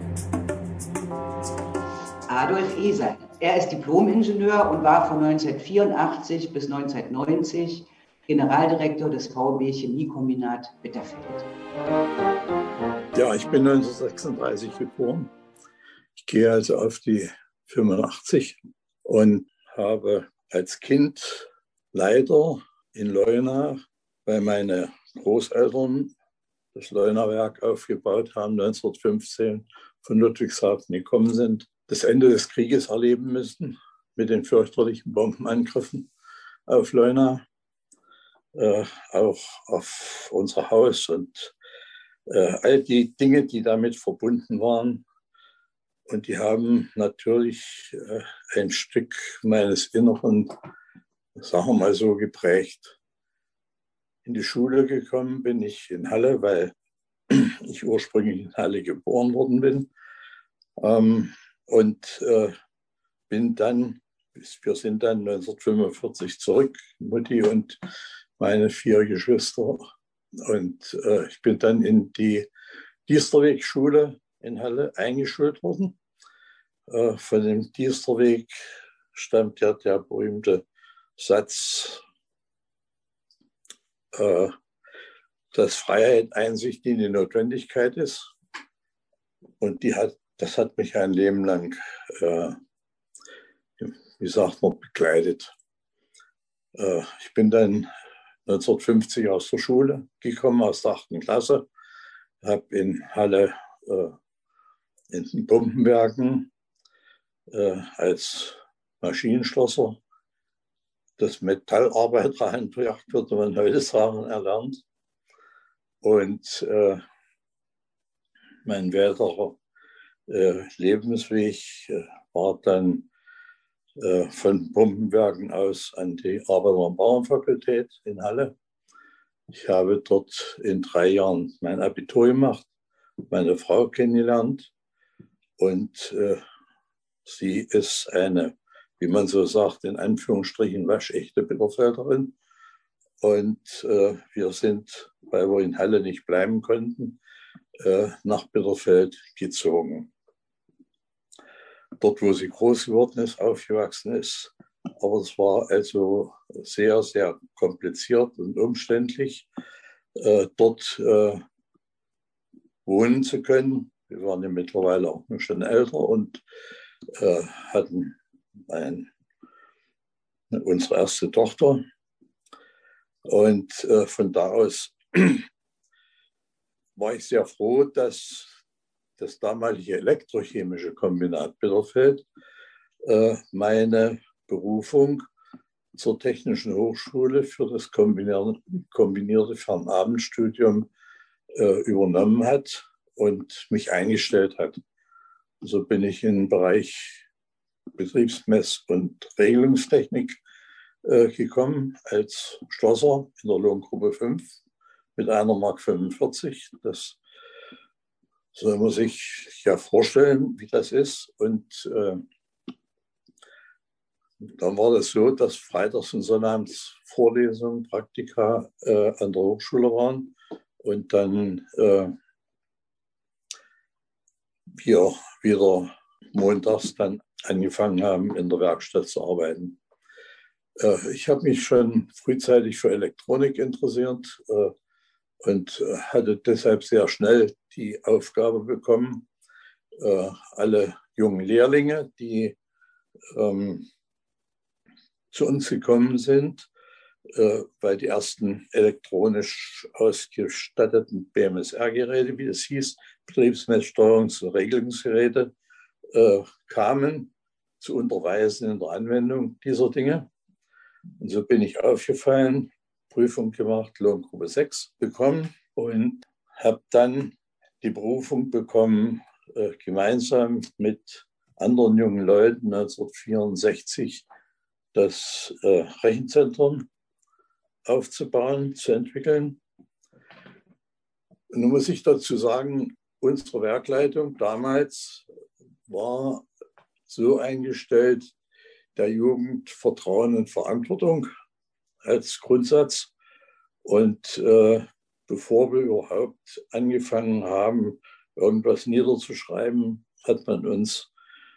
Adolf Eser. Er ist Diplom-Ingenieur und war von 1984 bis 1990 Generaldirektor des VW Chemiekombinat Bitterfeld. Ja, ich bin 1936 geboren. Ich gehe also auf die 85 und habe als Kind leider in Leuna, weil meine Großeltern das Leunawerk aufgebaut haben, 1915 von Ludwigshafen gekommen sind, das Ende des Krieges erleben müssen mit den fürchterlichen Bombenangriffen auf Leuna, auch auf unser Haus und all die Dinge, die damit verbunden waren. Und die haben natürlich ein Stück meines Inneren, sagen wir mal so, geprägt. In die Schule gekommen bin ich in Halle, weil ich ursprünglich in Halle geboren worden bin. Und wir sind dann 1945 zurück, Mutti und meine 4 Geschwister. Und ich bin dann in die Diesterweg-Schule in Halle eingeschult worden. Von dem Diesterweg stammt ja der berühmte Satz, dass Freiheit Einsicht in die Notwendigkeit ist. Und das hat mich ein Leben lang, wie sagt man, begleitet. Ich bin dann 1950 aus der Schule gekommen, aus der 8. Klasse, habe in Halle in den Pumpenwerken als Maschinenschlosser das Metallarbeiterhandwerk, würde man heute sagen, erlernt. Und mein weiterer Lebensweg war dann von Pumpenwerken aus an die Arbeiter- und Bauernfakultät in Halle. Ich habe dort in 3 Jahren mein Abitur gemacht, meine Frau kennengelernt und sie ist eine, wie man so sagt, in Anführungsstrichen waschechte Bitterfelderin. Und wir sind, weil wir in Halle nicht bleiben konnten, nach Bitterfeld gezogen. Dort, wo sie groß geworden ist, aufgewachsen ist. Aber es war also sehr, sehr kompliziert und umständlich, dort wohnen zu können. Wir waren ja mittlerweile auch schon älter und hatten unsere erste Tochter. Und von da aus war ich sehr froh, dass das damalige Elektrochemische Kombinat Bitterfeld meine Berufung zur Technischen Hochschule für das kombinierte Fernabendstudium übernommen hat und mich eingestellt hat. So bin ich in den Bereich Betriebsmess- und Regelungstechnik gekommen als Schlosser in der Lohngruppe 5 mit einer Mark 45. Das soll man sich ja vorstellen, wie das ist. Und dann war das so, dass freitags und sonnabends Vorlesungen, Praktika an der Hochschule waren und dann wir wieder montags dann angefangen haben, in der Werkstatt zu arbeiten. Ich habe mich schon frühzeitig für Elektronik interessiert und hatte deshalb sehr schnell die Aufgabe bekommen, alle jungen Lehrlinge, die zu uns gekommen sind, weil die ersten elektronisch ausgestatteten BMSR-Geräte, wie es hieß, Betriebsmesssteuerungs- und Regelungsgeräte, kamen, zu unterweisen in der Anwendung dieser Dinge. Und so bin ich aufgefallen, Prüfung gemacht, Lohngruppe 6 bekommen und habe dann die Berufung bekommen, gemeinsam mit anderen jungen Leuten 1964 das Rechenzentrum aufzubauen, zu entwickeln. Und nun muss ich dazu sagen, unsere Werkleitung damals war so eingestellt, der Jugend Vertrauen und Verantwortung als Grundsatz. Und bevor wir überhaupt angefangen haben, irgendwas niederzuschreiben, hat man uns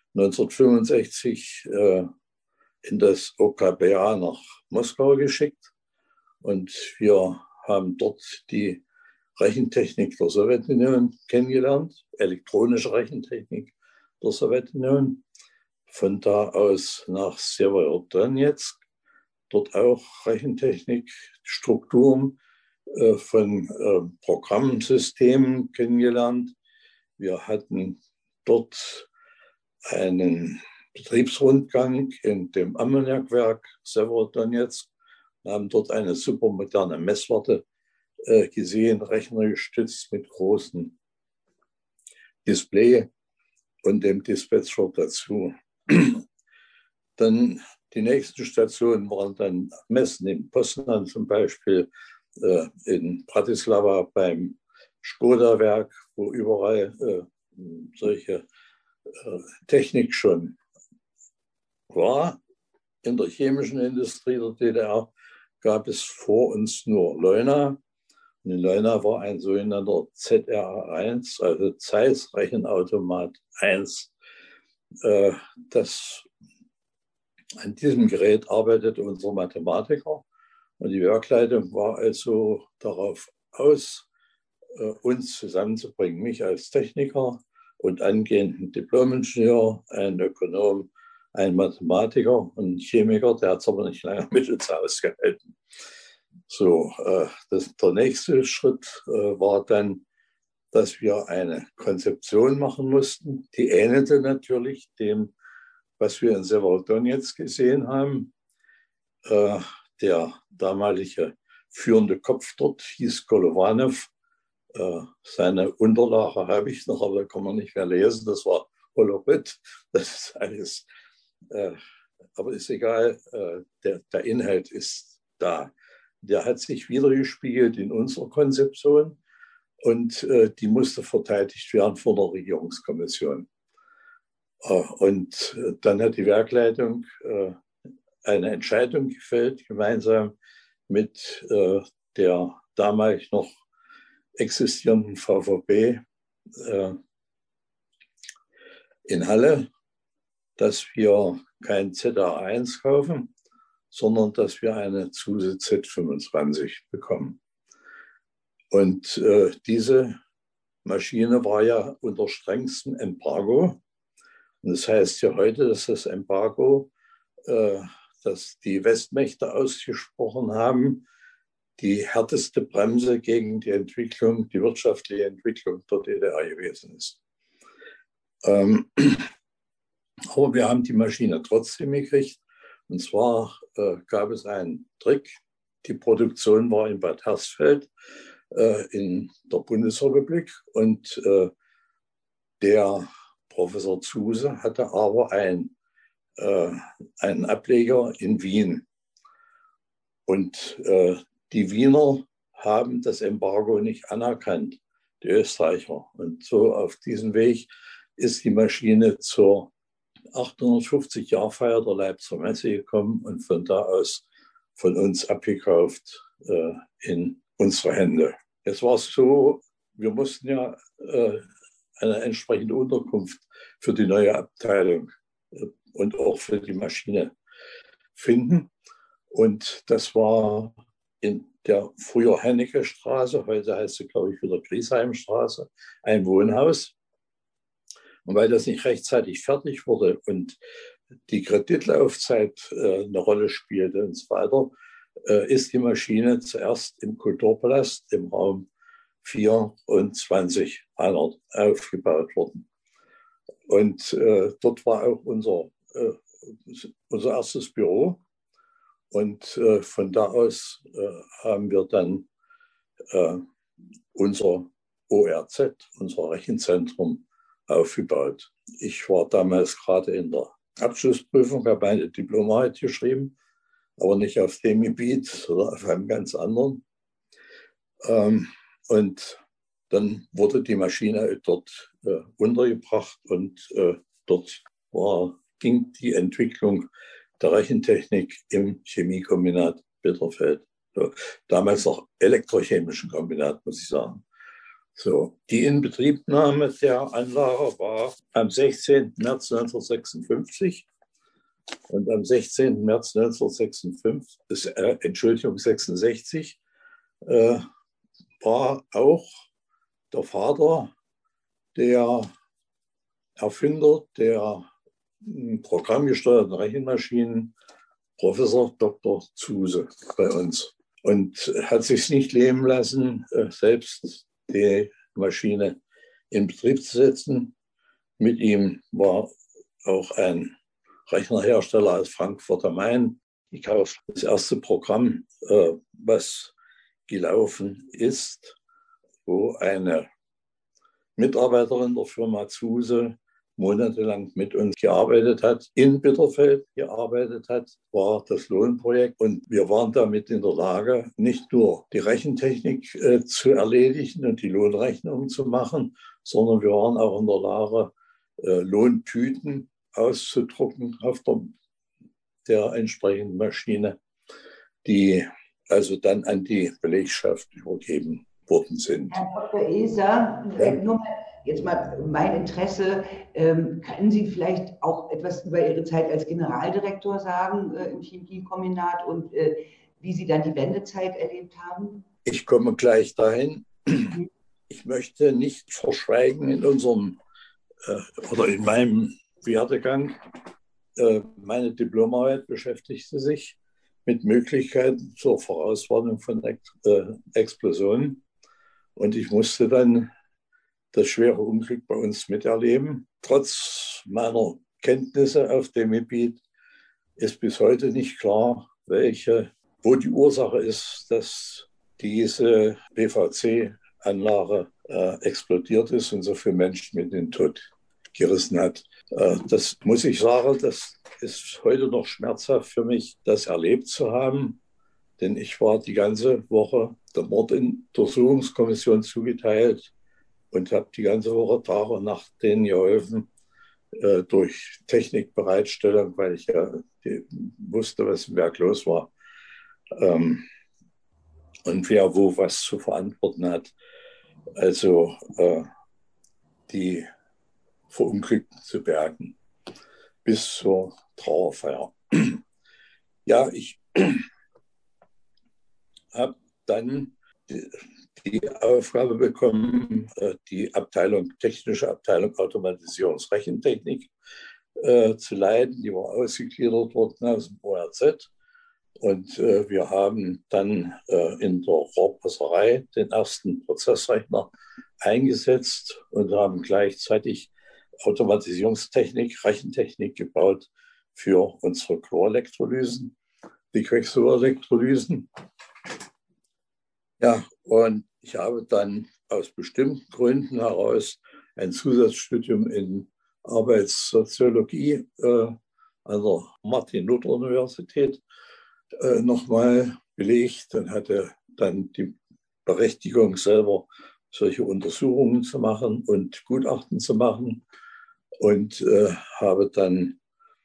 1965 in das OKBA nach Moskau geschickt. Und wir haben dort die Rechentechnik der Sowjetunion kennengelernt, elektronische Rechentechnik der Sowjetunion. Von da aus nach Severodonezk, dort auch Rechentechnik, Strukturen von Programmsystemen kennengelernt. Wir hatten dort einen Betriebsrundgang in dem Ammoniakwerk Severodonezk, haben dort eine supermoderne Messwarte gesehen, rechnergestützt mit großem Display und dem Dispatcher dazu. Dann die nächsten Stationen waren dann Messen in Poznan zum Beispiel, in Bratislava beim Škoda-Werk, wo überall solche Technik schon war. In der chemischen Industrie der DDR gab es vor uns nur Leuna. Und in Leuna war ein sogenannter ZRA1, also Zeiss Rechenautomat 1. An diesem Gerät arbeitete unser Mathematiker. Und die Werkleitung war also darauf aus, uns zusammenzubringen, mich als Techniker und angehenden Diplomingenieur, einen Ökonom, einen Mathematiker und einen Chemiker, der hat es aber nicht lange mit uns ausgehalten. So, der nächste Schritt war dann, dass wir eine Konzeption machen mussten, die ähnelte natürlich dem, was wir in Severodonetsk gesehen haben. Der damalige führende Kopf dort hieß Golovanov. Seine Unterlage habe ich noch, aber da kann man nicht mehr lesen. Das war Holorit. Das ist alles. Aber ist egal. Der Inhalt ist da. Der hat sich wiedergespiegelt in unserer Konzeption und die musste verteidigt werden von der Regierungskommission. Und dann hat die Werkleitung eine Entscheidung gefällt, gemeinsam mit der damals noch existierenden VVB in Halle, dass wir kein ZA1 kaufen, sondern dass wir eine Zuse Z25 bekommen. Und diese Maschine war ja unter strengstem Embargo. Und das heißt ja heute, dass das Embargo, das die Westmächte ausgesprochen haben, die härteste Bremse gegen die Entwicklung, die wirtschaftliche Entwicklung der DDR gewesen ist. Aber wir haben die Maschine trotzdem gekriegt. Und zwar gab es einen Trick. Die Produktion war in Bad Hersfeld in der Bundesrepublik. Und der Professor Zuse hatte aber einen Ableger in Wien. Und die Wiener haben das Embargo nicht anerkannt, die Österreicher. Und so auf diesem Weg ist die Maschine zur 850-Jahr-Feier der Leipziger Messe gekommen und von da aus von uns abgekauft in unsere Hände. Es war so, wir mussten ja eine entsprechende Unterkunft für die neue Abteilung und auch für die Maschine finden. Und das war in der früher Hennecke-Straße, heute heißt sie, glaube ich, wieder Griesheimstraße, ein Wohnhaus. Und weil das nicht rechtzeitig fertig wurde und die Kreditlaufzeit eine Rolle spielte und so weiter, ist die Maschine zuerst im Kulturpalast im Raum 24 aufgebaut worden. Und dort war auch unser erstes Büro. Und von da aus haben wir dann unser ORZ, unser Rechenzentrum, aufgebaut. Ich war damals gerade in der Abschlussprüfung, habe meine Diplomarbeit geschrieben, aber nicht auf dem Gebiet, sondern auf einem ganz anderen. Und dann wurde die Maschine dort untergebracht und dort ging die Entwicklung der Rechentechnik im Chemiekombinat Bitterfeld. So, damals noch elektrochemischen Kombinat, muss ich sagen. So, die Inbetriebnahme der Anlage war am 16. März 1956 und am 16. März 1966 war auch der Vater der Erfinder der programmgesteuerten Rechenmaschinen, Professor Dr. Zuse, bei uns. Und hat sich nicht nehmen lassen, selbst die Maschine in Betrieb zu setzen. Mit ihm war auch ein Rechnerhersteller aus Frankfurt am Main gekauft. Das erste Programm, was gelaufen ist, wo eine Mitarbeiterin der Firma Zuse monatelang mit uns gearbeitet hat, in Bitterfeld gearbeitet hat, war das Lohnprojekt. Und wir waren damit in der Lage, nicht nur die Rechentechnik zu erledigen und die Lohnrechnungen zu machen, sondern wir waren auch in der Lage, Lohntüten auszudrucken auf der entsprechenden Maschine, die also dann an die Belegschaft übergeben worden sind. Herr Dr. Eser, nur mal, jetzt mal mein Interesse, können Sie vielleicht auch etwas über Ihre Zeit als Generaldirektor sagen im Chemiekombinat und wie Sie dann die Wendezeit erlebt haben? Ich komme gleich dahin. Ich möchte nicht verschweigen in unserem oder in meinem Werdegang. Meine Diplomarbeit beschäftigte sich mit Möglichkeiten zur Vorauswarnung von Explosionen. Und ich musste dann das schwere Unglück bei uns miterleben. Trotz meiner Kenntnisse auf dem Gebiet ist bis heute nicht klar, wo die Ursache ist, dass diese PVC-Anlage explodiert ist und so viele Menschen mit in den Tod gerissen hat. Das muss ich sagen, das ist heute noch schmerzhaft für mich, das erlebt zu haben. Denn ich war die ganze Woche der Morduntersuchungskommission zugeteilt und habe die ganze Woche Tag und Nacht denen geholfen durch Technikbereitstellung, weil ich ja wusste, was im Werk los war und wer wo was zu verantworten hat. Also die Verunglückten zu bergen bis zur Trauerfeier. Ja, ich habe dann die Aufgabe bekommen, die technische Abteilung Automatisierungsrechentechnik zu leiten. Die war ausgegliedert worden aus dem ORZ. Und wir haben dann in der Rohrpresserei den ersten Prozessrechner eingesetzt und haben gleichzeitig Automatisierungstechnik, Rechentechnik gebaut für unsere Chlorelektrolysen, die Quecksilberelektrolysen. Ja, und ich habe dann aus bestimmten Gründen heraus ein Zusatzstudium in Arbeitssoziologie an der Martin-Luther-Universität nochmal belegt und hatte dann die Berechtigung, selber solche Untersuchungen zu machen und Gutachten zu machen und habe dann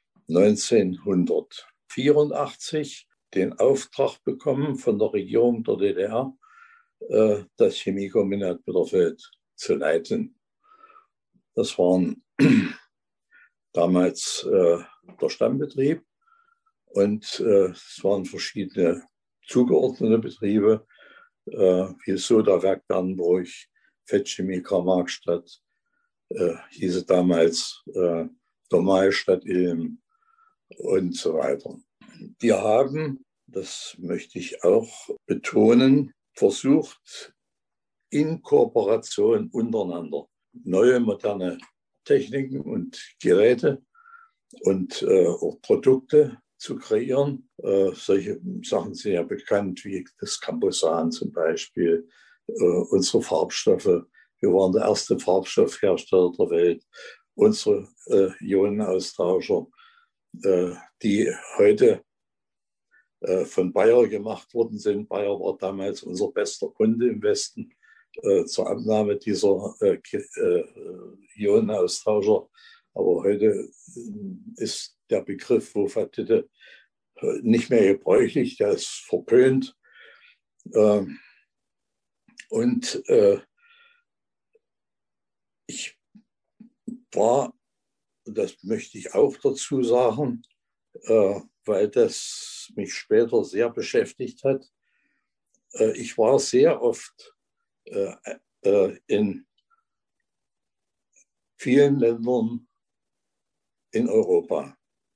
1984 den Auftrag bekommen von der Regierung der DDR, das Chemiekombinat Bitterfeld zu leiten. Das waren damals der Stammbetrieb und es waren verschiedene zugeordnete Betriebe, wie Sodawerk Bernburg, Fettchemie Karl-Marx-Stadt, hieß damals Normalstadt Ilm und so weiter. Wir haben, das möchte ich auch betonen, versucht, in Kooperation untereinander neue, moderne Techniken und Geräte und auch Produkte zu kreieren. Solche Sachen sind ja bekannt, wie das Camposan zum Beispiel, unsere Farbstoffe. Wir waren der erste Farbstoffhersteller der Welt. Unsere Ionenaustauscher, die heute von Bayer gemacht worden sind. Bayer war damals unser bester Kunde im Westen zur Abnahme dieser Ionenaustauscher. Aber heute ist der Begriff Wofatitte nicht mehr gebräuchlich, der ist verpönt. Und ich war, das möchte ich auch dazu sagen, weil das mich später sehr beschäftigt hat. Ich war sehr oft in vielen Ländern in Europa.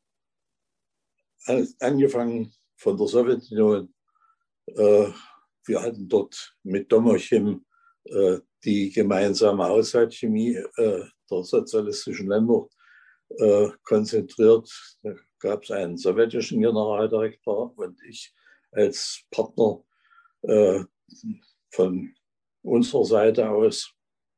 Angefangen von der Sowjetunion. Wir hatten dort mit Domochim die gemeinsame Haushaltschemie der sozialistischen Länder konzentriert. Da gab es einen sowjetischen Generaldirektor und ich als Partner von unserer Seite aus.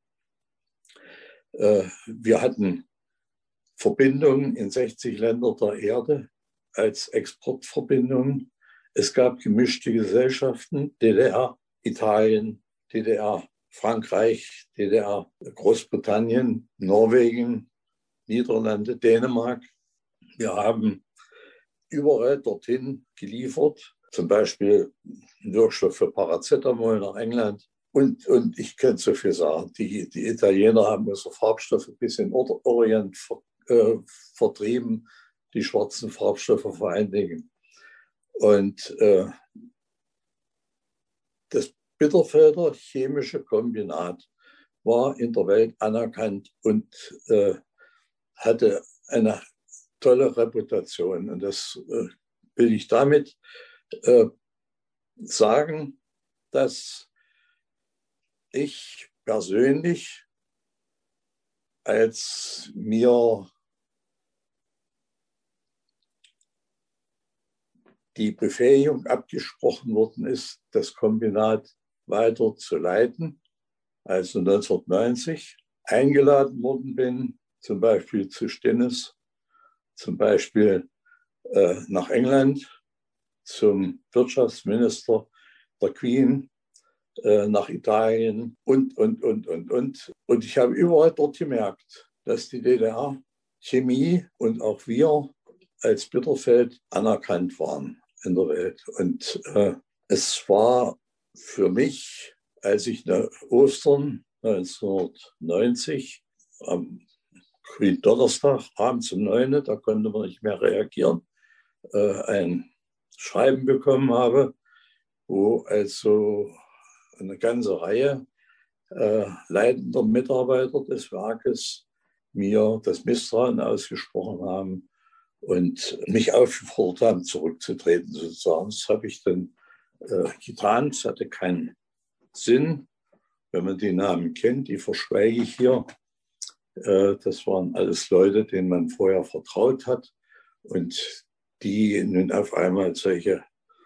Wir hatten Verbindungen in 60 Ländern der Erde als Exportverbindungen. Es gab gemischte Gesellschaften, DDR, Italien, DDR, Frankreich, DDR, Großbritannien, Norwegen, Niederlande, Dänemark. Wir haben überall dorthin geliefert, zum Beispiel Wirkstoff für Paracetamol nach England. Und ich könnte so viel sagen, die Italiener haben unsere Farbstoffe bis in Orient vertrieben, die schwarzen Farbstoffe vor allen Dingen. Und das Bitterfelder chemische Kombinat war in der Welt anerkannt und hatte eine tolle Reputation. Und das will ich damit sagen, dass ich persönlich, als mir die Befähigung abgesprochen worden ist, das Kombinat weiter zu leiten, also 1990 eingeladen worden bin, zum Beispiel zu Stennis, zum Beispiel nach England, zum Wirtschaftsminister der Queen, nach Italien und. Und ich habe überall dort gemerkt, dass die DDR-Chemie und auch wir als Bitterfeld anerkannt waren in der Welt. Und es war für mich, als ich nach Ostern 1990 am Donnerstag abends um 9, da konnte man nicht mehr reagieren, ein Schreiben bekommen habe, wo also eine ganze Reihe leitender Mitarbeiter des Werkes mir das Misstrauen ausgesprochen haben und mich aufgefordert haben, zurückzutreten sozusagen. Das habe ich dann getan. Es hatte keinen Sinn. Wenn man die Namen kennt, die verschweige ich hier. Das waren alles Leute, denen man vorher vertraut hat und die nun auf einmal solche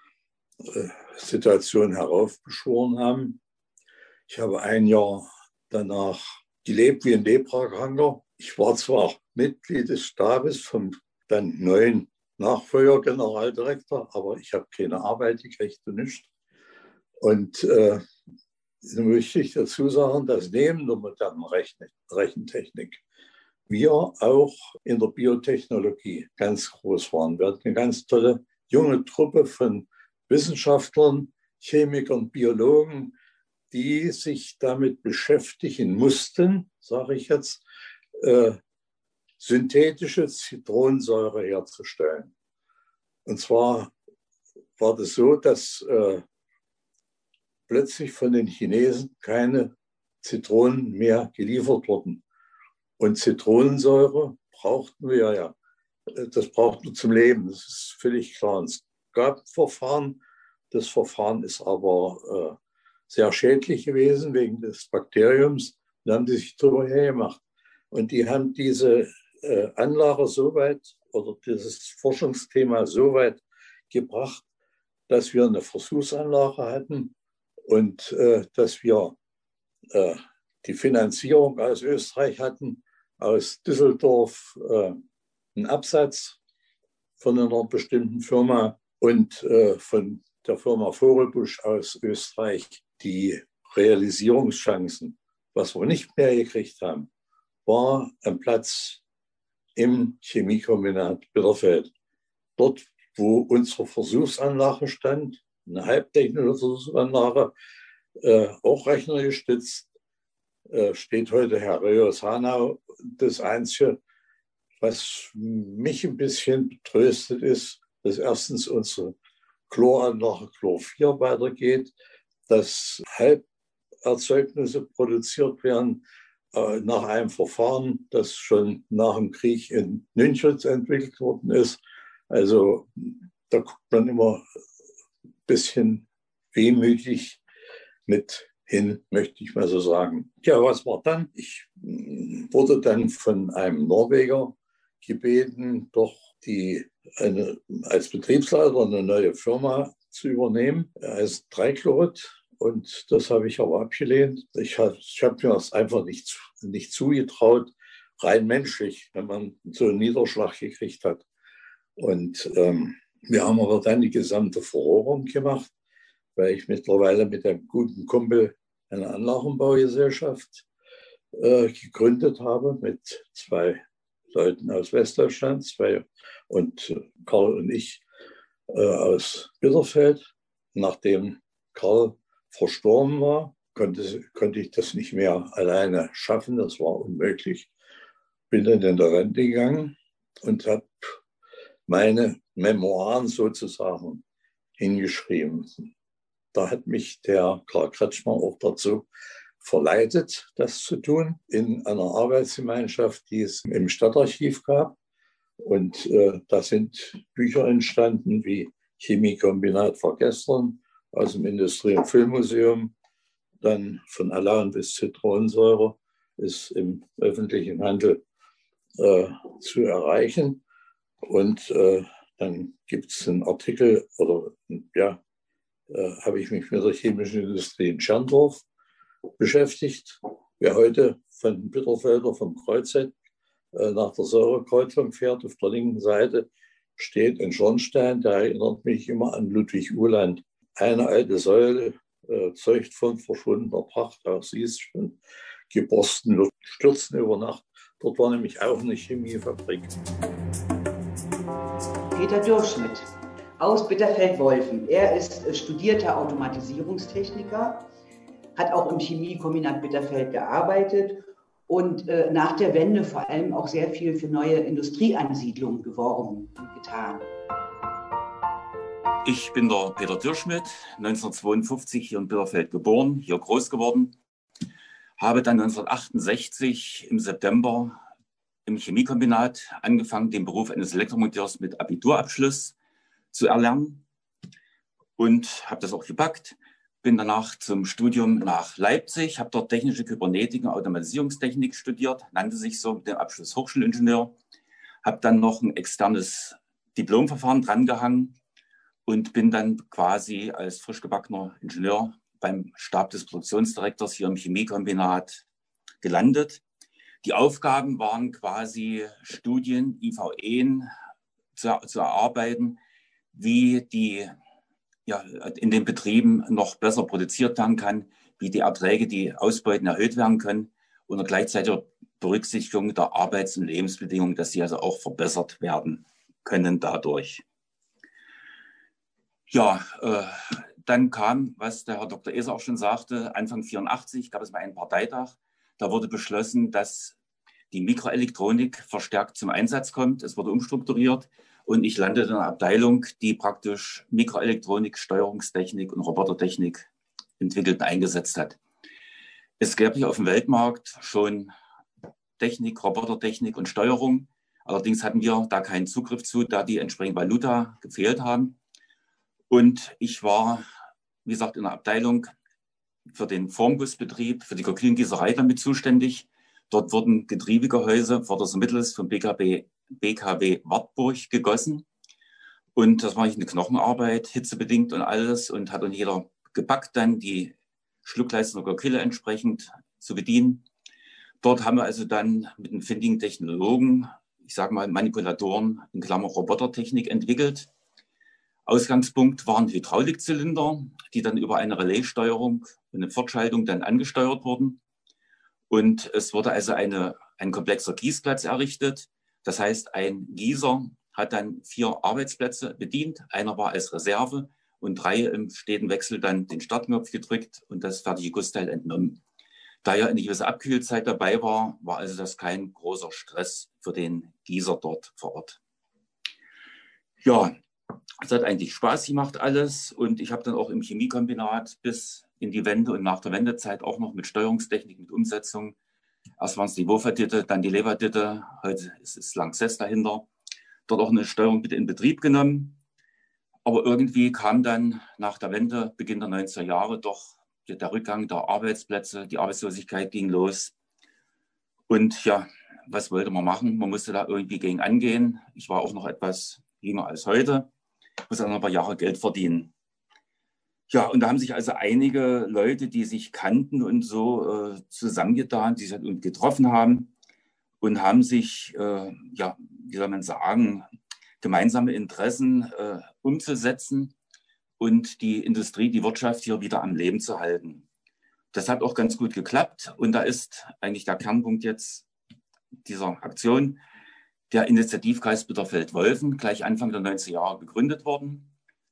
Situationen heraufbeschworen haben. Ich habe ein Jahr danach gelebt wie ein Leprakranker. Ich war zwar Mitglied des Stabes vom dann neuen Nachfolger-Generaldirektor, aber ich habe keine Arbeit gekriegt und nichts. Und so möchte ich dazu sagen, dass neben der modernen Rechentechnik wir auch in der Biotechnologie ganz groß waren. Wir hatten eine ganz tolle junge Truppe von Wissenschaftlern, Chemikern, Biologen, die sich damit beschäftigen mussten, sage ich jetzt, synthetische Zitronensäure herzustellen. Und zwar war das so, dass plötzlich von den Chinesen keine Zitronen mehr geliefert wurden. Und Zitronensäure brauchten wir ja. Das brauchten wir zum Leben, das ist völlig klar. Es gab Verfahren, das Verfahren ist aber sehr schädlich gewesen wegen des Bakteriums. Da haben die sich drüber hergemacht. Und die haben diese Anlage so weit oder dieses Forschungsthema so weit gebracht, dass wir eine Versuchsanlage hatten und dass wir die Finanzierung aus Österreich hatten, aus Düsseldorf einen Absatz von einer bestimmten Firma und von der Firma Vogelbusch aus Österreich die Realisierungschancen. Was wir nicht mehr gekriegt haben, war ein Platz im Chemiekombinat Bitterfeld. Dort, wo unsere Versuchsanlage stand, eine halbtechnische Versuchsanlage, auch rechnergestützt, steht heute Herr Reus Hanau. Das Einzige, was mich ein bisschen betröstet ist, dass erstens unsere Chloranlage Chlor 4 weitergeht, dass Halberzeugnisse produziert werden nach einem Verfahren, das schon nach dem Krieg in Nünchritz entwickelt worden ist. Also da guckt man immer ein bisschen wehmütig mit hin, möchte ich mal so sagen. Ja, was war dann? Ich wurde dann von einem Norweger gebeten, doch als Betriebsleiter eine neue Firma zu übernehmen. Er heißt Dreichlorid und das habe ich aber abgelehnt. Ich hab mir das einfach nicht zugetraut, rein menschlich, wenn man so einen Niederschlag gekriegt hat. Und wir haben aber dann die gesamte Verrohrung gemacht, weil ich mittlerweile mit einem guten Kumpel eine Anlagenbaugesellschaft gegründet habe mit 2 Leuten aus Westdeutschland, und Karl und ich aus Bitterfeld. Nachdem Karl verstorben war, konnte ich das nicht mehr alleine schaffen. Das war unmöglich. Bin dann in der Rente gegangen und habe meine Memoiren sozusagen hingeschrieben. Da hat mich der Karl Kretschmer auch dazu verleitet, das zu tun, in einer Arbeitsgemeinschaft, die es im Stadtarchiv gab. Und da sind Bücher entstanden wie Chemiekombinat Vergestern aus dem Industrie- und Filmmuseum, dann von Alan bis Zitronensäure ist im öffentlichen Handel zu erreichen. Und dann gibt es einen Artikel, oder ja, habe ich mich mit der chemischen Industrie in Tscherndorf beschäftigt. Wer heute von Bitterfelder vom Kreuzeck nach der Säurekreuzung fährt, auf der linken Seite steht ein Schornstein, der erinnert mich immer an Ludwig Uhland. Eine alte Säule zeugt von verschwundener Pracht, auch sie ist schon geborsten, wird stürzen über Nacht. Dort war nämlich auch eine Chemiefabrik. Peter Dürrschmidt aus Bitterfeld-Wolfen. Er ist studierter Automatisierungstechniker, hat auch im Chemiekombinat Bitterfeld gearbeitet und nach der Wende vor allem auch sehr viel für neue Industrieansiedlungen geworben und getan. Ich bin der Peter Dürrschmidt, 1952 hier in Bitterfeld geboren, hier groß geworden. Habe dann 1968 im September im Chemiekombinat angefangen, den Beruf eines Elektromonteurs mit Abiturabschluss zu erlernen und habe das auch gepackt. Bin danach zum Studium nach Leipzig, habe dort technische Kybernetik und Automatisierungstechnik studiert, nannte sich so mit dem Abschluss Hochschulingenieur. Habe dann noch ein externes Diplomverfahren drangehangen und bin dann quasi als frisch gebackener Ingenieur beim Stab des Produktionsdirektors hier im Chemiekombinat gelandet. Die Aufgaben waren quasi Studien, IVEen zu erarbeiten, wie die in den Betrieben noch besser produziert werden kann, wie die Erträge, die Ausbeuten erhöht werden können, unter gleichzeitiger Berücksichtigung der Arbeits- und Lebensbedingungen, dass sie also auch verbessert werden können dadurch. Ja, dann kam, was der Herr Dr. Eser auch schon sagte, Anfang 1984 gab es mal einen Parteitag. Da wurde beschlossen, dass die Mikroelektronik verstärkt zum Einsatz kommt. Es wurde umstrukturiert und ich landete in einer Abteilung, die praktisch Mikroelektronik, Steuerungstechnik und Robotertechnik entwickelt und eingesetzt hat. Es gab hier auf dem Weltmarkt schon Technik, Robotertechnik und Steuerung. Allerdings hatten wir da keinen Zugriff zu, da die entsprechende Valuta gefehlt haben. Und ich war, wie gesagt, in der Abteilung für den Formgussbetrieb, für die Kokilengießerei damit zuständig. Dort wurden Getriebegehäuse vorders und mittels vom BKW Wartburg gegossen. Und das war eine Knochenarbeit, hitzebedingt und alles. Und hat dann jeder gepackt, dann die Schluckleistung der Kokille entsprechend zu bedienen. Dort haben wir also dann mit den findigen Technologen, ich sage mal Manipulatoren, in Klammer Robotertechnik entwickelt. Ausgangspunkt waren Hydraulikzylinder, die dann über eine Relaissteuerung und eine Fortschaltung dann angesteuert wurden. Und es wurde also ein komplexer Gießplatz errichtet. Das heißt, ein Gießer hat dann 4 Arbeitsplätze bedient. Einer war als Reserve und 3 im steten Wechsel dann den Startknopf gedrückt und das fertige Gussteil entnommen. Da ja eine gewisse Abkühlzeit dabei war, war also das kein großer Stress für den Gießer dort vor Ort. Ja, es hat eigentlich Spaß gemacht alles und ich habe dann auch im Chemiekombinat bis in die Wende und nach der Wendezeit auch noch mit Steuerungstechnik, mit Umsetzung. Erst waren es die Wofaditte, dann die Levaditte, heute ist es Lanxess dahinter. Dort auch eine Steuerung mit in Betrieb genommen. Aber irgendwie kam dann nach der Wende, Beginn der 90er Jahre, doch der Rückgang der Arbeitsplätze, die Arbeitslosigkeit ging los. Und ja, was wollte man machen? Man musste da irgendwie gegen angehen. Ich war auch noch etwas jünger als heute, muss dann noch ein paar Jahre Geld verdienen. Ja, und da haben sich also einige Leute, die sich kannten und so zusammengetan, die sich halt getroffen haben und haben sich, wie soll man sagen, gemeinsame Interessen umzusetzen und die Industrie, die Wirtschaft hier wieder am Leben zu halten. Das hat auch ganz gut geklappt und da ist eigentlich der Kernpunkt jetzt dieser Aktion, der Initiativkreis Bitterfeld-Wolfen, gleich Anfang der 90er Jahre gegründet worden.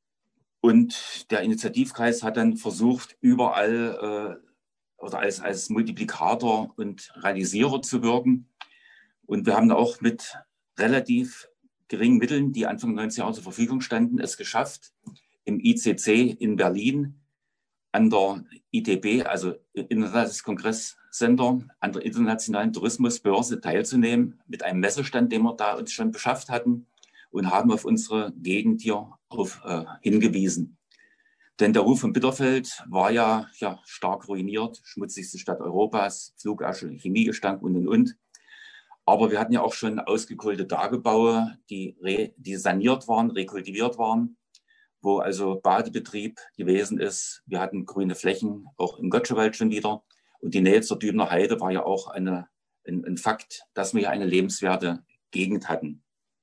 Und der Initiativkreis hat dann versucht, überall oder als Multiplikator und Realisierer zu wirken. Und wir haben auch mit relativ geringen Mitteln, die Anfang der 90er Jahre zur Verfügung standen, es geschafft, im ICC in Berlin an der ITB, also Internationales Kongresscenter, an der Internationalen Tourismusbörse teilzunehmen, mit einem Messestand, den wir da uns schon beschafft hatten, und haben auf unsere Gegend hier hingewiesen. Denn der Ruf von Bitterfeld war ja stark ruiniert, schmutzigste Stadt Europas, Flugasche, Chemiegestank und. Aber wir hatten ja auch schon ausgekohlte Tagebaue, die saniert waren, rekultiviert waren, wo also Badebetrieb gewesen ist. Wir hatten grüne Flächen, auch im Götschewald schon wieder. Und die Nähe zur Dübener Heide war ja auch ein Fakt, dass wir ja eine lebenswerte Gegend hatten.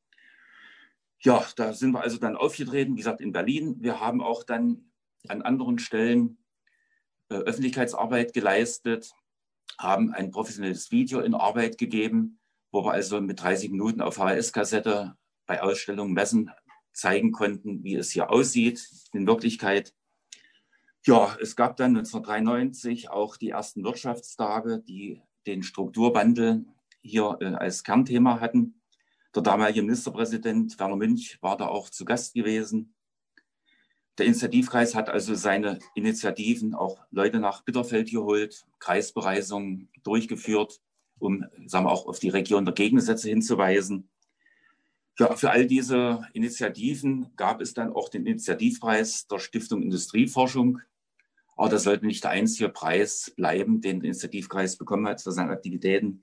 Ja, da sind wir also dann aufgetreten, wie gesagt, in Berlin. Wir haben auch dann an anderen Stellen Öffentlichkeitsarbeit geleistet, haben ein professionelles Video in Arbeit gegeben, wo wir also mit 30 Minuten auf VHS-Kassette bei Ausstellungen, Messen zeigen konnten, wie es hier aussieht in Wirklichkeit. Ja, es gab dann 1993 auch die ersten Wirtschaftstage, die den Strukturwandel hier als Kernthema hatten. Der damalige Ministerpräsident Werner Münch war da auch zu Gast gewesen. Der Initiativkreis hat also seine Initiativen auch Leute nach Bitterfeld geholt, Kreisbereisungen durchgeführt, um, sagen wir, auch auf die Region der Gegensätze hinzuweisen. Ja, für all diese Initiativen gab es dann auch den Initiativpreis der Stiftung Industrieforschung. Aber das sollte nicht der einzige Preis bleiben, den der Initiativkreis bekommen hat für seine Aktivitäten.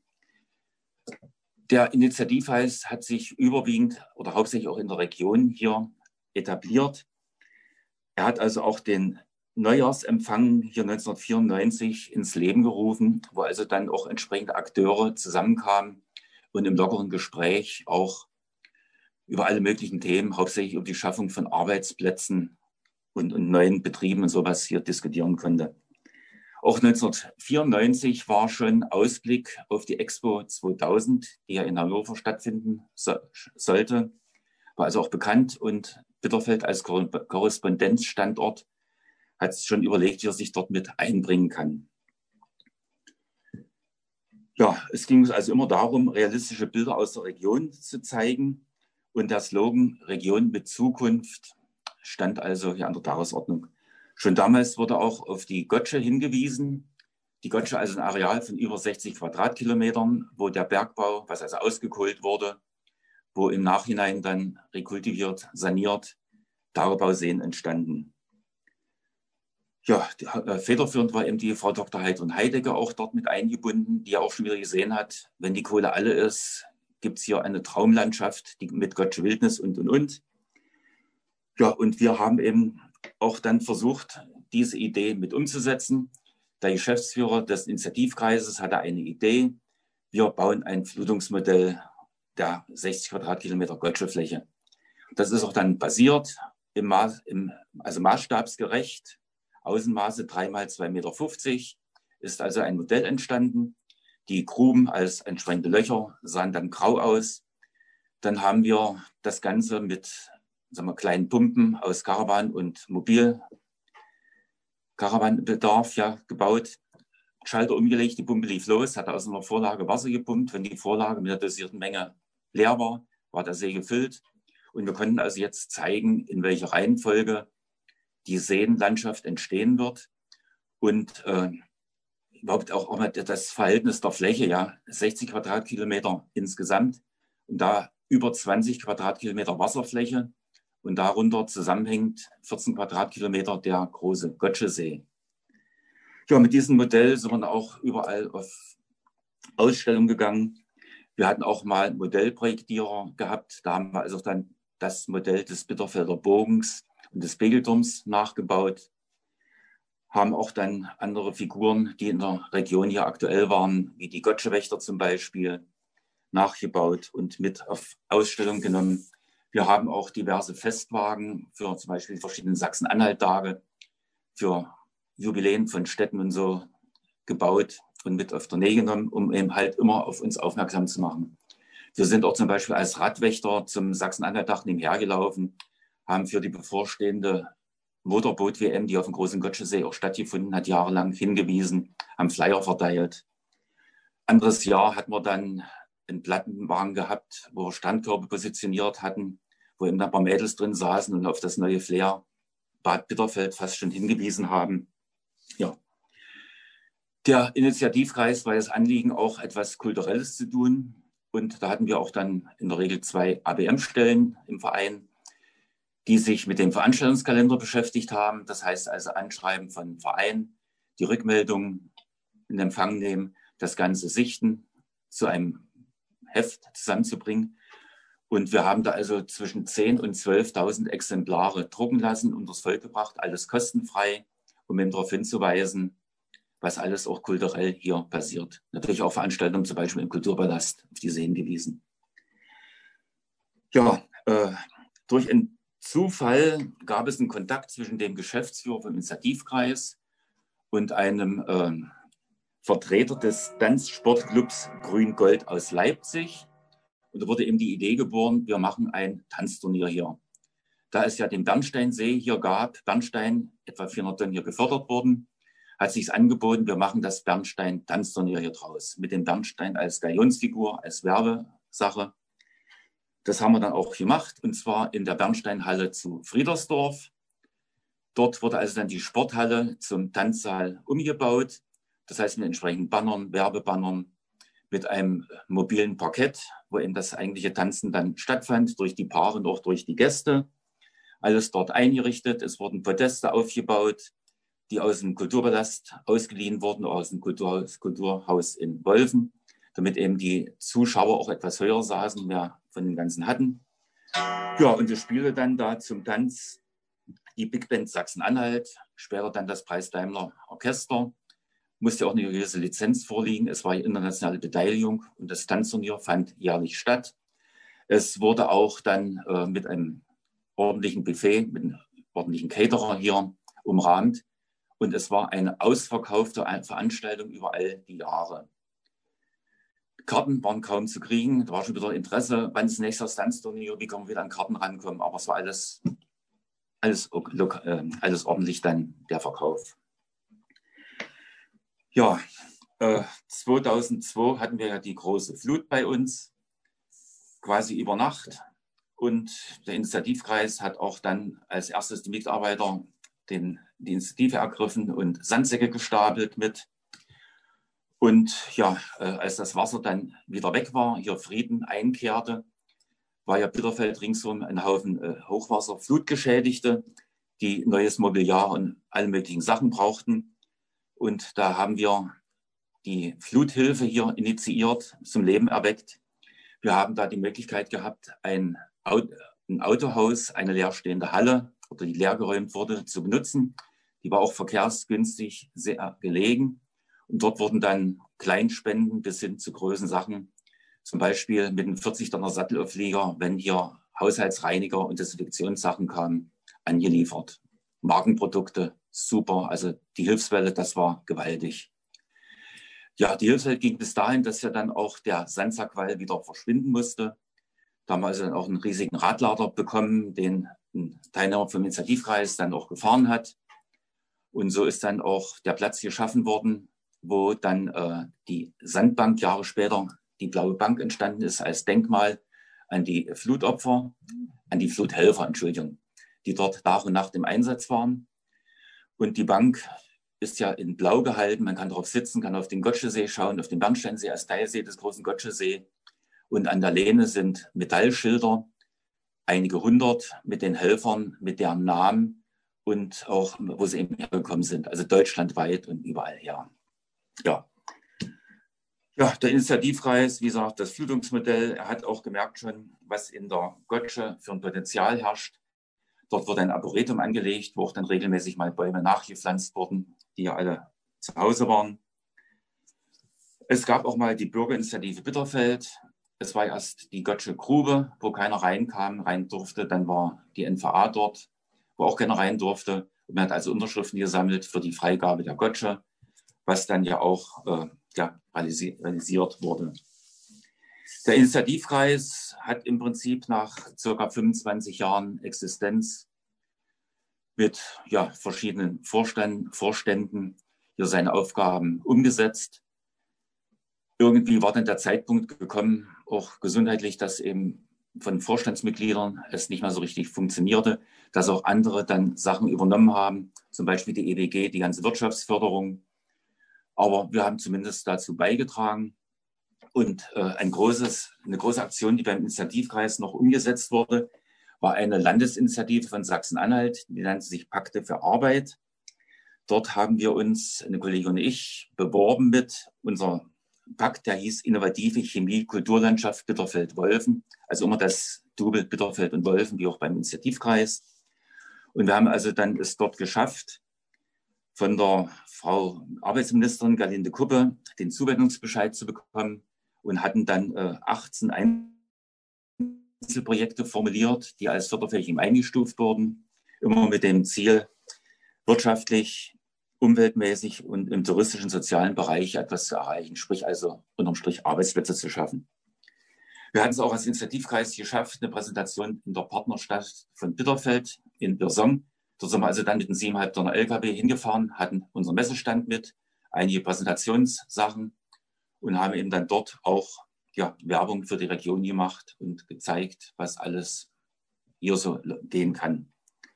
Der Initiativkreis hat sich überwiegend oder hauptsächlich auch in der Region hier etabliert. Er hat also auch den Neujahrsempfang hier 1994 ins Leben gerufen, wo also dann auch entsprechende Akteure zusammenkamen und im lockeren Gespräch auch über alle möglichen Themen, hauptsächlich um die Schaffung von Arbeitsplätzen und neuen Betrieben und sowas hier diskutieren konnte. Auch 1994 war schon Ausblick auf die Expo 2000, die ja in Hannover stattfinden sollte, war also auch bekannt, und Bitterfeld als Korrespondenzstandort hat schon überlegt, wie er sich dort mit einbringen kann. Ja, es ging also immer darum, realistische Bilder aus der Region zu zeigen, und der Slogan Region mit Zukunft stand also hier an der Tagesordnung. Schon damals wurde auch auf die Gotsche hingewiesen. Die Gotsche also ein Areal von über 60 Quadratkilometern, wo der Bergbau, was also ausgekohlt wurde, wo im Nachhinein dann rekultiviert, saniert, Tagebauseen entstanden. Ja, federführend war eben die Frau Dr. Heidrun Heidegger auch dort mit eingebunden, die ja auch schon wieder gesehen hat, wenn die Kohle alle ist, gibt es hier eine Traumlandschaft mit Gotsche Wildnis und. Ja, und wir haben eben auch dann versucht, diese Idee mit umzusetzen. Der Geschäftsführer des Initiativkreises hatte eine Idee. Wir bauen ein Flutungsmodell der 60 Quadratkilometer Gotschefläche. Das ist auch dann basiert, also maßstabsgerecht, Außenmaße 3 mal 2,50 Meter, ist also ein Modell entstanden. Die Gruben als entsprechende Löcher sahen dann grau aus. Dann haben wir das Ganze mit, sagen wir, kleinen Pumpen aus Caravan- und Mobil-Caravan-Bedarf gebaut. Schalter umgelegt, die Pumpe lief los, hat aus einer Vorlage Wasser gepumpt. Wenn die Vorlage mit der dosierten Menge leer war, war der See gefüllt. Und wir konnten also jetzt zeigen, in welcher Reihenfolge die Seenlandschaft entstehen wird. Und überhaupt auch mal das Verhältnis der Fläche, 60 Quadratkilometer insgesamt und da über 20 Quadratkilometer Wasserfläche und darunter zusammenhängt 14 Quadratkilometer der große Gotschesee. Ja, mit diesem Modell sind wir auch überall auf Ausstellungen gegangen. Wir hatten auch mal einen Modellprojektierer gehabt. Da haben wir also dann das Modell des Bitterfelder Bogens und des Pegelturms nachgebaut. Haben auch dann andere Figuren, die in der Region hier aktuell waren, wie die Gotschewächter zum Beispiel, nachgebaut und mit auf Ausstellung genommen. Wir haben auch diverse Festwagen für zum Beispiel die verschiedenen Sachsen-Anhalt-Tage, für Jubiläen von Städten und so gebaut und mit auf Tournee genommen, um eben halt immer auf uns aufmerksam zu machen. Wir sind auch zum Beispiel als Radwächter zum Sachsen-Anhalt-Tag nebenher gelaufen, haben für die bevorstehende Motorboot-WM, die auf dem Großen Gotschesee auch stattgefunden hat, jahrelang hingewiesen, haben Flyer verteilt. Anderes Jahr hatten wir dann einen Plattenwagen gehabt, wo wir Standkörbe positioniert hatten, wo eben ein paar Mädels drin saßen und auf das neue Flair Bad Bitterfeld fast schon hingewiesen haben. Ja. Der Initiativkreis war das Anliegen, auch etwas Kulturelles zu tun. Und da hatten wir auch dann in der Regel 2 ABM-Stellen im Verein, die sich mit dem Veranstaltungskalender beschäftigt haben. Das heißt also Anschreiben von Verein, die Rückmeldung in Empfang nehmen, das Ganze sichten, zu einem Heft zusammenzubringen. Und wir haben da also zwischen 10.000 und 12.000 Exemplare drucken lassen und das Volk gebracht, alles kostenfrei, um eben darauf hinzuweisen, was alles auch kulturell hier passiert. Natürlich auch Veranstaltungen, zum Beispiel im Kulturpalast, auf die sie hingewiesen. Ja, durch einen Zufall gab es einen Kontakt zwischen dem Geschäftsführer vom Initiativkreis und einem Vertreter des Tanzsportclubs Grün-Gold aus Leipzig. Und da wurde eben die Idee geboren, wir machen ein Tanzturnier hier. Da es ja den Bernsteinsee hier gab, Bernstein, etwa 400 Tonnen hier gefördert wurden, hat sich angeboten, wir machen das Bernstein-Tanzturnier hier draus. Mit dem Bernstein als Galionsfigur, als Werbesache. Das haben wir dann auch gemacht, und zwar in der Bernsteinhalle zu Friedersdorf. Dort wurde also dann die Sporthalle zum Tanzsaal umgebaut. Das heißt mit entsprechenden Bannern, Werbebannern, mit einem mobilen Parkett, wo eben das eigentliche Tanzen dann stattfand, durch die Paare und auch durch die Gäste. Alles dort eingerichtet. Es wurden Podeste aufgebaut, die aus dem Kulturpalast ausgeliehen wurden, aus dem Kulturhaus in Wolfen, damit eben die Zuschauer auch etwas höher saßen, mehr von dem Ganzen hatten. Ja, und ich spiele dann da zum Tanz die Big Band Sachsen-Anhalt, später dann das Preis-Daimler Orchester. Musste auch eine gewisse Lizenz vorliegen. Es war eine internationale Beteiligung und das Tanzturnier fand jährlich statt. Es wurde auch dann mit einem ordentlichen Buffet, mit einem ordentlichen Caterer hier umrahmt. Und es war eine ausverkaufte Veranstaltung über all die Jahre. Karten waren kaum zu kriegen. Da war schon wieder Interesse, wann ist das nächste Tanzturnier, wie können wir wieder an Karten rankommen. Aber es war alles ordentlich dann der Verkauf. Ja, 2002 hatten wir ja die große Flut bei uns, quasi über Nacht. Und der Initiativkreis hat auch dann als erstes die Mitarbeiter die Initiative ergriffen und Sandsäcke gestapelt mit. Und ja, als das Wasser dann wieder weg war, hier Frieden einkehrte, war ja Bitterfeld ringsum ein Haufen Hochwasser, Flutgeschädigte, die neues Mobiliar und alle möglichen Sachen brauchten. Und da haben wir die Fluthilfe hier initiiert, zum Leben erweckt. Wir haben da die Möglichkeit gehabt, ein Autohaus, eine leerstehende Halle, oder die leer geräumt wurde, zu benutzen. Die war auch verkehrsgünstig sehr gelegen. Und dort wurden dann Kleinspenden bis hin zu großen Sachen, zum Beispiel mit einem 40-Tonner Sattelauflieger, wenn hier Haushaltsreiniger und Desinfektionssachen kamen, angeliefert. Markenprodukte, super. Also die Hilfswelle, das war gewaltig. Ja, die Hilfswelle ging bis dahin, dass ja dann auch der Sandsackwall wieder verschwinden musste. Da haben wir also dann auch einen riesigen Radlader bekommen, den ein Teilnehmer vom Initiativkreis dann auch gefahren hat. Und so ist dann auch der Platz geschaffen worden, wo dann die Sandbank Jahre später, die Blaue Bank, entstanden ist als Denkmal an die Flutopfer, an die Fluthelfer, Entschuldigung, die dort Tag und Nacht im Einsatz waren. Und die Bank ist ja in Blau gehalten. Man kann darauf sitzen, kann auf den Gotschesee schauen, auf den Bernsteinsee als Teilsee des Großen Gotschesee. Und an der Lehne sind Metallschilder, einige hundert, mit den Helfern, mit deren Namen und auch, wo sie eben hergekommen sind. Also deutschlandweit und überall her. Ja. Ja, der Initiativkreis, wie gesagt, das Flutungsmodell, er hat auch gemerkt schon, was in der Gotsche für ein Potenzial herrscht. Dort wurde ein Arboretum angelegt, wo auch dann regelmäßig mal Bäume nachgepflanzt wurden, die ja alle zu Hause waren. Es gab auch mal die Bürgerinitiative Bitterfeld. Es war erst die Gotsche Grube, wo keiner rein durfte. Dann war die NVA dort, wo auch keiner rein durfte. Und man hat also Unterschriften gesammelt für die Freigabe der Gotsche, was dann ja auch realisiert wurde. Der Initiativkreis hat im Prinzip nach ca. 25 Jahren Existenz mit verschiedenen Vorständen hier seine Aufgaben umgesetzt. Irgendwie war dann der Zeitpunkt gekommen, auch gesundheitlich, dass eben von Vorstandsmitgliedern es nicht mehr so richtig funktionierte, dass auch andere dann Sachen übernommen haben, zum Beispiel die EWG, die ganze Wirtschaftsförderung. Aber wir haben zumindest dazu beigetragen. Und eine große Aktion, die beim Initiativkreis noch umgesetzt wurde, war eine Landesinitiative von Sachsen-Anhalt, die nannte sich Pakte für Arbeit. Dort haben wir uns, eine Kollegin und ich, beworben mit unser Pakt, der hieß Innovative Chemie Kulturlandschaft Bitterfeld-Wolfen, also immer das Double Bitterfeld und Wolfen, wie auch beim Initiativkreis. Und wir haben also dann es dort geschafft, von der Frau Arbeitsministerin Gerlinde Kuppe den Zuwendungsbescheid zu bekommen und hatten dann 18 Einzelprojekte formuliert, die als förderfähig eingestuft wurden, immer mit dem Ziel, wirtschaftlich, umweltmäßig und im touristischen, sozialen Bereich etwas zu erreichen, sprich also unterm Strich Arbeitsplätze zu schaffen. Wir hatten es auch als Initiativkreis geschafft, eine Präsentation in der Partnerstadt von Bitterfeld in Bersong. Dort sind wir also dann mit einem 7,5 Tonner LKW hingefahren, hatten unseren Messestand mit, einige Präsentationssachen und haben eben dann dort auch Werbung für die Region gemacht und gezeigt, was alles hier so gehen kann.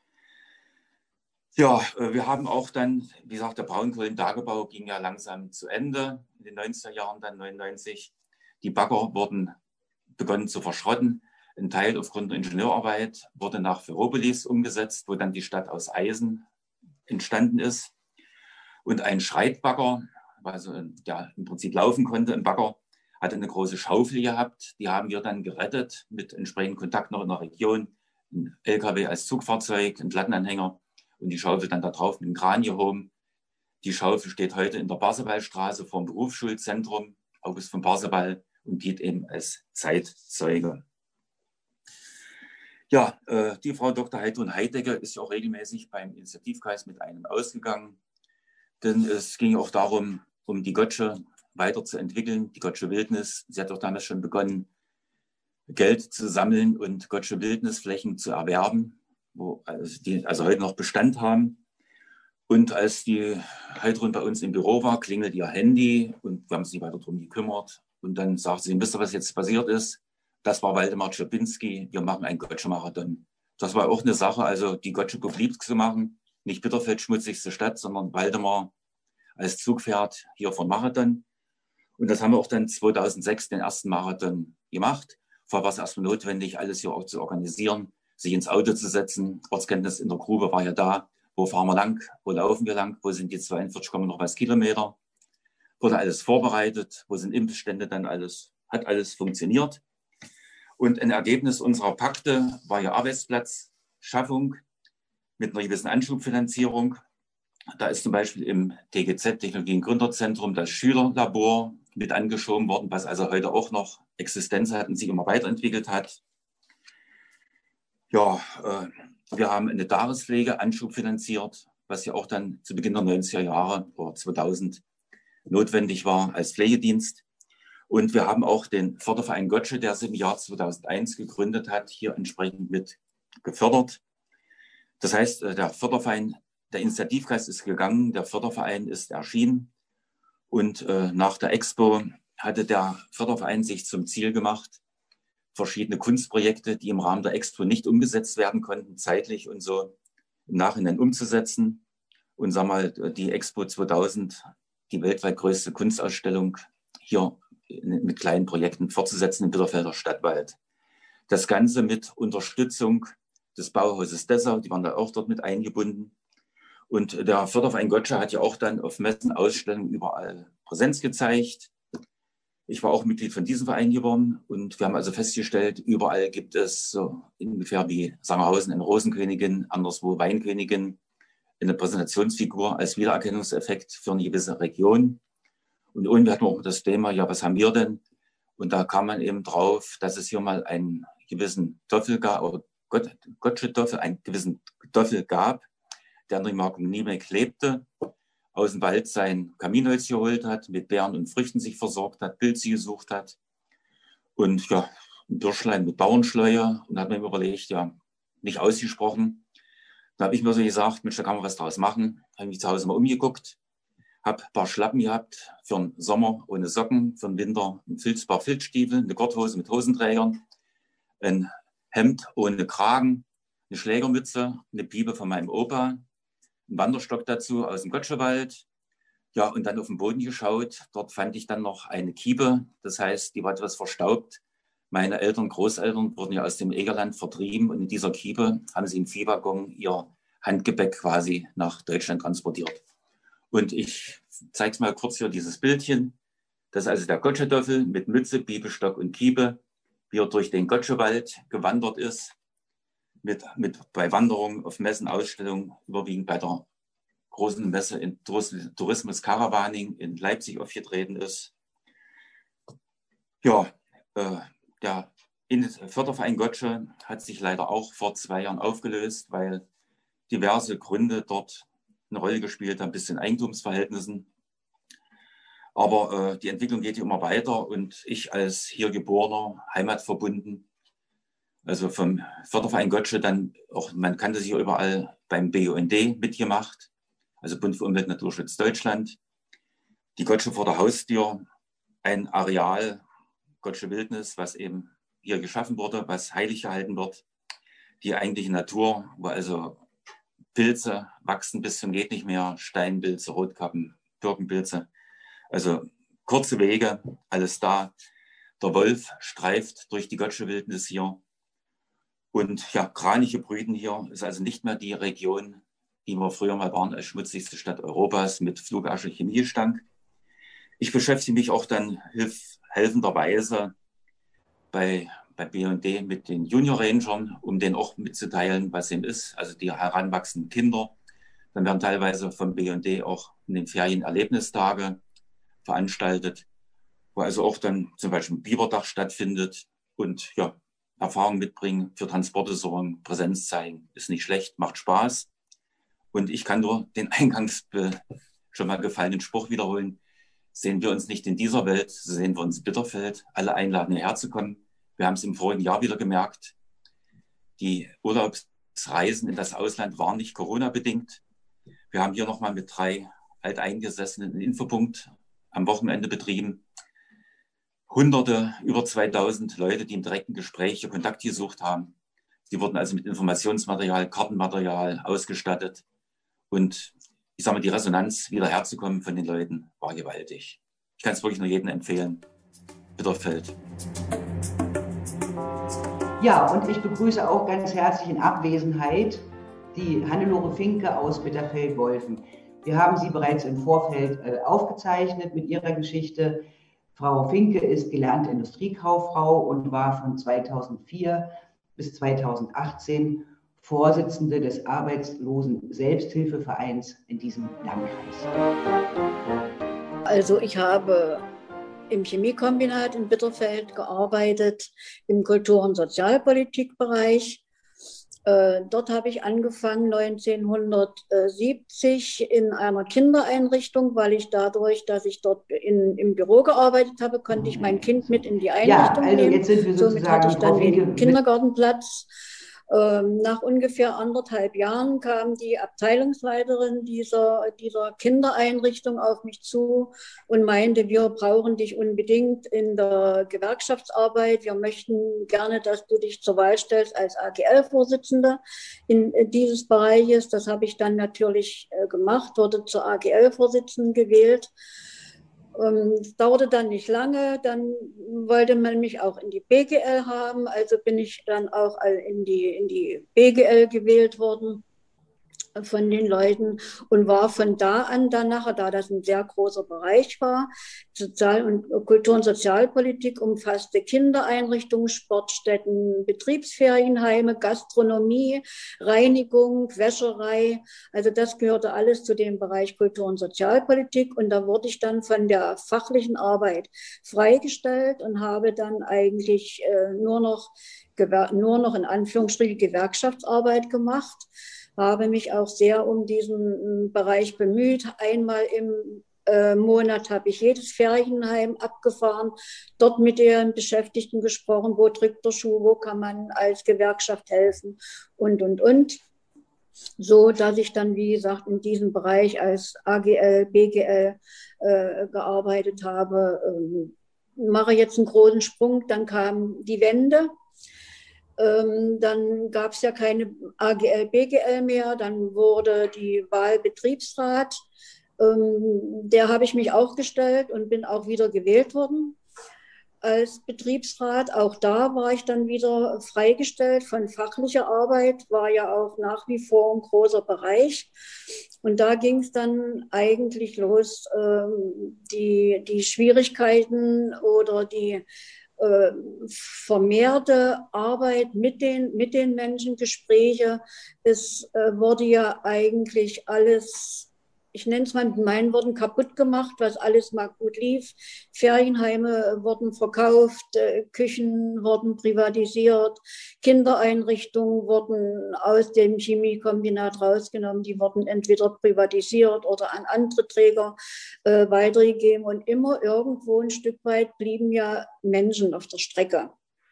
Ja, wir haben auch dann, wie gesagt, der Braunkohlentagebau ging ja langsam zu Ende in den 90er Jahren, dann 99. Die Bagger wurden begonnen zu verschrotten. Ein Teil aufgrund der Ingenieurarbeit wurde nach Ferropolis umgesetzt, wo dann die Stadt aus Eisen entstanden ist. Und ein Schreitbagger, also der im Prinzip laufen konnte im Bagger, hatte eine große Schaufel gehabt. Die haben wir dann gerettet mit entsprechendem Kontakt noch in der Region. Ein LKW als Zugfahrzeug, ein Plattenanhänger und die Schaufel dann da drauf mit dem Kran gehoben. Die Schaufel steht heute in der Barseballstraße vor dem Berufsschulzentrum, August von Barseball, und dient eben als Zeitzeuge. Ja, die Frau Dr. Heidrun Heidegger ist ja auch regelmäßig beim Initiativkreis mit einem ausgegangen, denn es ging auch darum, um die Gottsche weiterzuentwickeln, die Gottsche Wildnis. Sie hat auch damals schon begonnen, Geld zu sammeln und Gottsche Wildnisflächen zu erwerben, die heute noch Bestand haben. Und als die Heidrun bei uns im Büro war, klingelt ihr Handy und wir haben sich weiter darum gekümmert. Und dann sagt sie, wisst ihr, was jetzt passiert ist? Das war Waldemar Czapinski, wir machen einen Gottsche-Marathon. Das war auch eine Sache, also die Gottsche beliebt zu machen. Nicht Bitterfeld, schmutzigste Stadt, sondern Waldemar als Zugpferd hier vom Marathon. Und das haben wir auch dann 2006 den ersten Marathon gemacht. Vorher war es erstmal notwendig, alles hier auch zu organisieren, sich ins Auto zu setzen. Ortskenntnis in der Grube war ja da. Wo fahren wir lang? Wo laufen wir lang? Wo sind die 42, noch was Kilometer? Wurde alles vorbereitet? Wo sind Impfstände dann alles? Hat alles funktioniert. Und ein Ergebnis unserer Pakte war ja Arbeitsplatzschaffung mit einer gewissen Anschubfinanzierung. Da ist zum Beispiel im TGZ, Technologie- und Gründerzentrum, das Schülerlabor mit angeschoben worden, was also heute auch noch Existenz hat und sich immer weiterentwickelt hat. Ja, wir haben eine Tagespflege anschubfinanziert, was ja auch dann zu Beginn der 90er Jahre oder 2000 notwendig war als Pflegedienst. Und wir haben auch den Förderverein Gottsche, der sich im Jahr 2001 gegründet hat, hier entsprechend mit gefördert. Das heißt, der Förderverein, der Initiativkreis ist gegangen, der Förderverein ist erschienen. Und nach der Expo hatte der Förderverein sich zum Ziel gemacht, verschiedene Kunstprojekte, die im Rahmen der Expo nicht umgesetzt werden konnten, zeitlich und so im Nachhinein umzusetzen. Und sag mal, die Expo 2000, die weltweit größte Kunstausstellung, hier mit kleinen Projekten fortzusetzen im Bitterfelder Stadtwald. Das Ganze mit Unterstützung des Bauhauses Dessau, die waren da auch dort mit eingebunden. Und der Förderverein Gottsche hat ja auch dann auf Messen, Ausstellungen überall Präsenz gezeigt. Ich war auch Mitglied von diesem Verein geworden und wir haben also festgestellt, überall gibt es so ungefähr wie Sangerhausen eine Rosenkönigin, anderswo Weinkönigin, eine Präsentationsfigur als Wiedererkennungseffekt für eine gewisse Region. Und irgendwie hatten wir auch das Thema, ja, was haben wir denn? Und da kam man eben drauf, dass es hier mal einen gewissen Toffel gab, oder Gottsche-Toffel, einen gewissen Toffel gab, der in der Gemarkung Niebeck lebte, aus dem Wald sein Kaminholz geholt hat, mit Beeren und Früchten sich versorgt hat, Pilze gesucht hat. und ja, ein Bürschlein mit Bauernschleue und hat mir überlegt, ja, nicht ausgesprochen. Da habe ich mir so gesagt, Mensch, da kann man was draus machen. Habe mich zu Hause mal umgeguckt, habe ein paar Schlappen gehabt für den Sommer ohne Socken, für den Winter ein paar Filzstiefel, eine Korthose mit Hosenträgern, ein Hemd ohne Kragen, eine Schlägermütze, eine Pipe von meinem Opa, ein Wanderstock dazu aus dem Gotschewald. Ja, und dann auf den Boden geschaut. Dort fand ich dann noch eine Kiepe. Das heißt, die war etwas verstaubt. Meine Eltern, Großeltern wurden ja aus dem Egerland vertrieben und in dieser Kiepe haben sie im Viehwaggon ihr Handgepäck quasi nach Deutschland transportiert. Und ich zeige es mal kurz hier, dieses Bildchen. Das ist also der Gottschedoffel mit Mütze, Bibelstock und Kiepe, wie er durch den Gotschewald gewandert ist, bei Wanderungen auf Messen, Ausstellungen, überwiegend bei der großen Messe in Tourismus Caravaning in Leipzig aufgetreten ist. Ja, der Förderverein Gotsche hat sich leider auch vor 2 Jahren aufgelöst, weil diverse Gründe dort eine Rolle gespielt haben, ein bisschen Eigentumsverhältnissen. Aber die Entwicklung geht immer weiter und ich als hier Geborener, heimatverbunden, also vom Förderverein Gotsche dann auch, man kannte sich ja überall beim BUND mitgemacht, also Bund für Umwelt Naturschutz Deutschland. Die Gotsche vor der Haustür, ein Areal, Gotsche Wildnis, was eben hier geschaffen wurde, was heilig gehalten wird. Die eigentliche Natur, wo also Pilze wachsen bis zum geht nicht mehr, Steinpilze, Rotkappen, Birkenpilze. Also kurze Wege, alles da. Der Wolf streift durch die Gotsche Wildnis hier. Und ja, Kraniche brüten hier. Ist also nicht mehr die Region, die wir früher mal waren als schmutzigste Stadt Europas mit Flugasche, Chemiegestank. Ich beschäftige mich auch dann helfenderweise bei BUND mit den Junior Rangern, um denen auch mitzuteilen, was eben ist. Also die heranwachsenden Kinder. Dann werden teilweise vom BUND auch in den Ferien Erlebnistage veranstaltet, wo also auch dann zum Beispiel ein Biberdach stattfindet und ja, Erfahrung mitbringen, für Transporte sorgen, Präsenz zeigen, ist nicht schlecht, macht Spaß. Und ich kann nur den eingangs schon mal gefallenen Spruch wiederholen. Sehen wir uns nicht in dieser Welt, so sehen wir uns in Bitterfeld. Alle einladen, hierher zu kommen. Wir haben es im vorigen Jahr wieder gemerkt. Die Urlaubsreisen in das Ausland waren nicht Corona-bedingt. Wir haben hier nochmal mit 3 Alteingesessenen einen Infopunkt am Wochenende betrieben. Hunderte, über 2000 Leute, die im direkten Gespräch Kontakt gesucht haben. Die wurden also mit Informationsmaterial, Kartenmaterial ausgestattet. Und ich sage mal, die Resonanz, wieder herzukommen von den Leuten, war gewaltig. Ich kann es wirklich nur jedem empfehlen. Bitterfeld. Ja, und ich begrüße auch ganz herzlich in Abwesenheit die Hannelore Finke aus Bitterfeld-Wolfen. Wir haben sie bereits im Vorfeld aufgezeichnet mit ihrer Geschichte. Frau Finke ist gelernte Industriekauffrau und war von 2004 bis 2018 Vorsitzende des Arbeitslosen Selbsthilfevereins in diesem Landkreis. Also ich habe im Chemiekombinat in Bitterfeld gearbeitet, im Kultur- und Sozialpolitikbereich. Dort habe ich angefangen 1970 in einer Kindereinrichtung, weil ich dadurch, dass ich dort im Büro gearbeitet habe, konnte ich mein Kind mit in die Einrichtung nehmen. Jetzt sind wir sozusagen, somit hatte ich dann Finke, den Kindergartenplatz. Nach ungefähr 1,5 Jahren kam die Abteilungsleiterin dieser Kindereinrichtung auf mich zu und meinte, wir brauchen dich unbedingt in der Gewerkschaftsarbeit. Wir möchten gerne, dass du dich zur Wahl stellst als AGL-Vorsitzende in dieses Bereiches. Das habe ich dann natürlich gemacht, wurde zur AGL-Vorsitzenden gewählt. Es dauerte dann nicht lange, dann wollte man mich auch in die BGL haben, also bin ich dann auch in die BGL gewählt worden von den Leuten und war von da an dann nachher, da das ein sehr großer Bereich war, Kultur- und Sozialpolitik umfasste Kindereinrichtungen, Sportstätten, Betriebsferienheime, Gastronomie, Reinigung, Wäscherei. Also das gehörte alles zu dem Bereich Kultur- und Sozialpolitik und da wurde ich dann von der fachlichen Arbeit freigestellt und habe dann eigentlich nur noch in Anführungsstrichen Gewerkschaftsarbeit gemacht. Habe mich auch sehr um diesen Bereich bemüht, einmal im Monat habe ich jedes Ferienheim abgefahren, dort mit den Beschäftigten gesprochen, wo drückt der Schuh, wo kann man als Gewerkschaft helfen und. So, dass ich dann, wie gesagt, in diesem Bereich als AGL, BGL gearbeitet habe. Mache jetzt einen großen Sprung, dann kam die Wende. Dann gab es ja keine AGL, BGL mehr, dann wurde die Wahl Betriebsrat. Der habe ich mich auch gestellt und bin auch wieder gewählt worden als Betriebsrat. Auch da war ich dann wieder freigestellt von fachlicher Arbeit, war ja auch nach wie vor ein großer Bereich. Und da ging es dann eigentlich los, die Schwierigkeiten oder die vermehrte Arbeit mit den Menschen, Gespräche. Es wurde ja eigentlich alles, ich nenne es mal mit meinen Worten, kaputt gemacht, was alles mal gut lief. Ferienheime wurden verkauft, Küchen wurden privatisiert, Kindereinrichtungen wurden aus dem Chemiekombinat rausgenommen, die wurden entweder privatisiert oder an andere Träger weitergegeben. Und immer irgendwo ein Stück weit blieben ja Menschen auf der Strecke.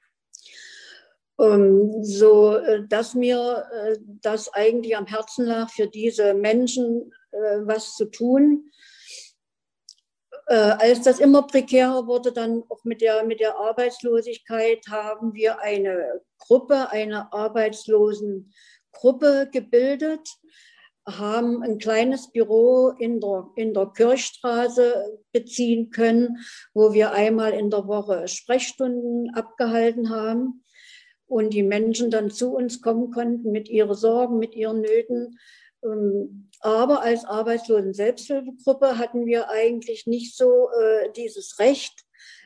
So, dass mir das eigentlich am Herzen lag, für diese Menschen was zu tun. Als das immer prekärer wurde, dann auch mit der Arbeitslosigkeit, haben wir eine Arbeitslosengruppe gebildet, haben ein kleines Büro in der Kirchstraße beziehen können, wo wir einmal in der Woche Sprechstunden abgehalten haben und die Menschen dann zu uns kommen konnten mit ihren Sorgen, mit ihren Nöten. Aber als Arbeitslosen-Selbsthilfegruppe hatten wir eigentlich nicht so dieses Recht,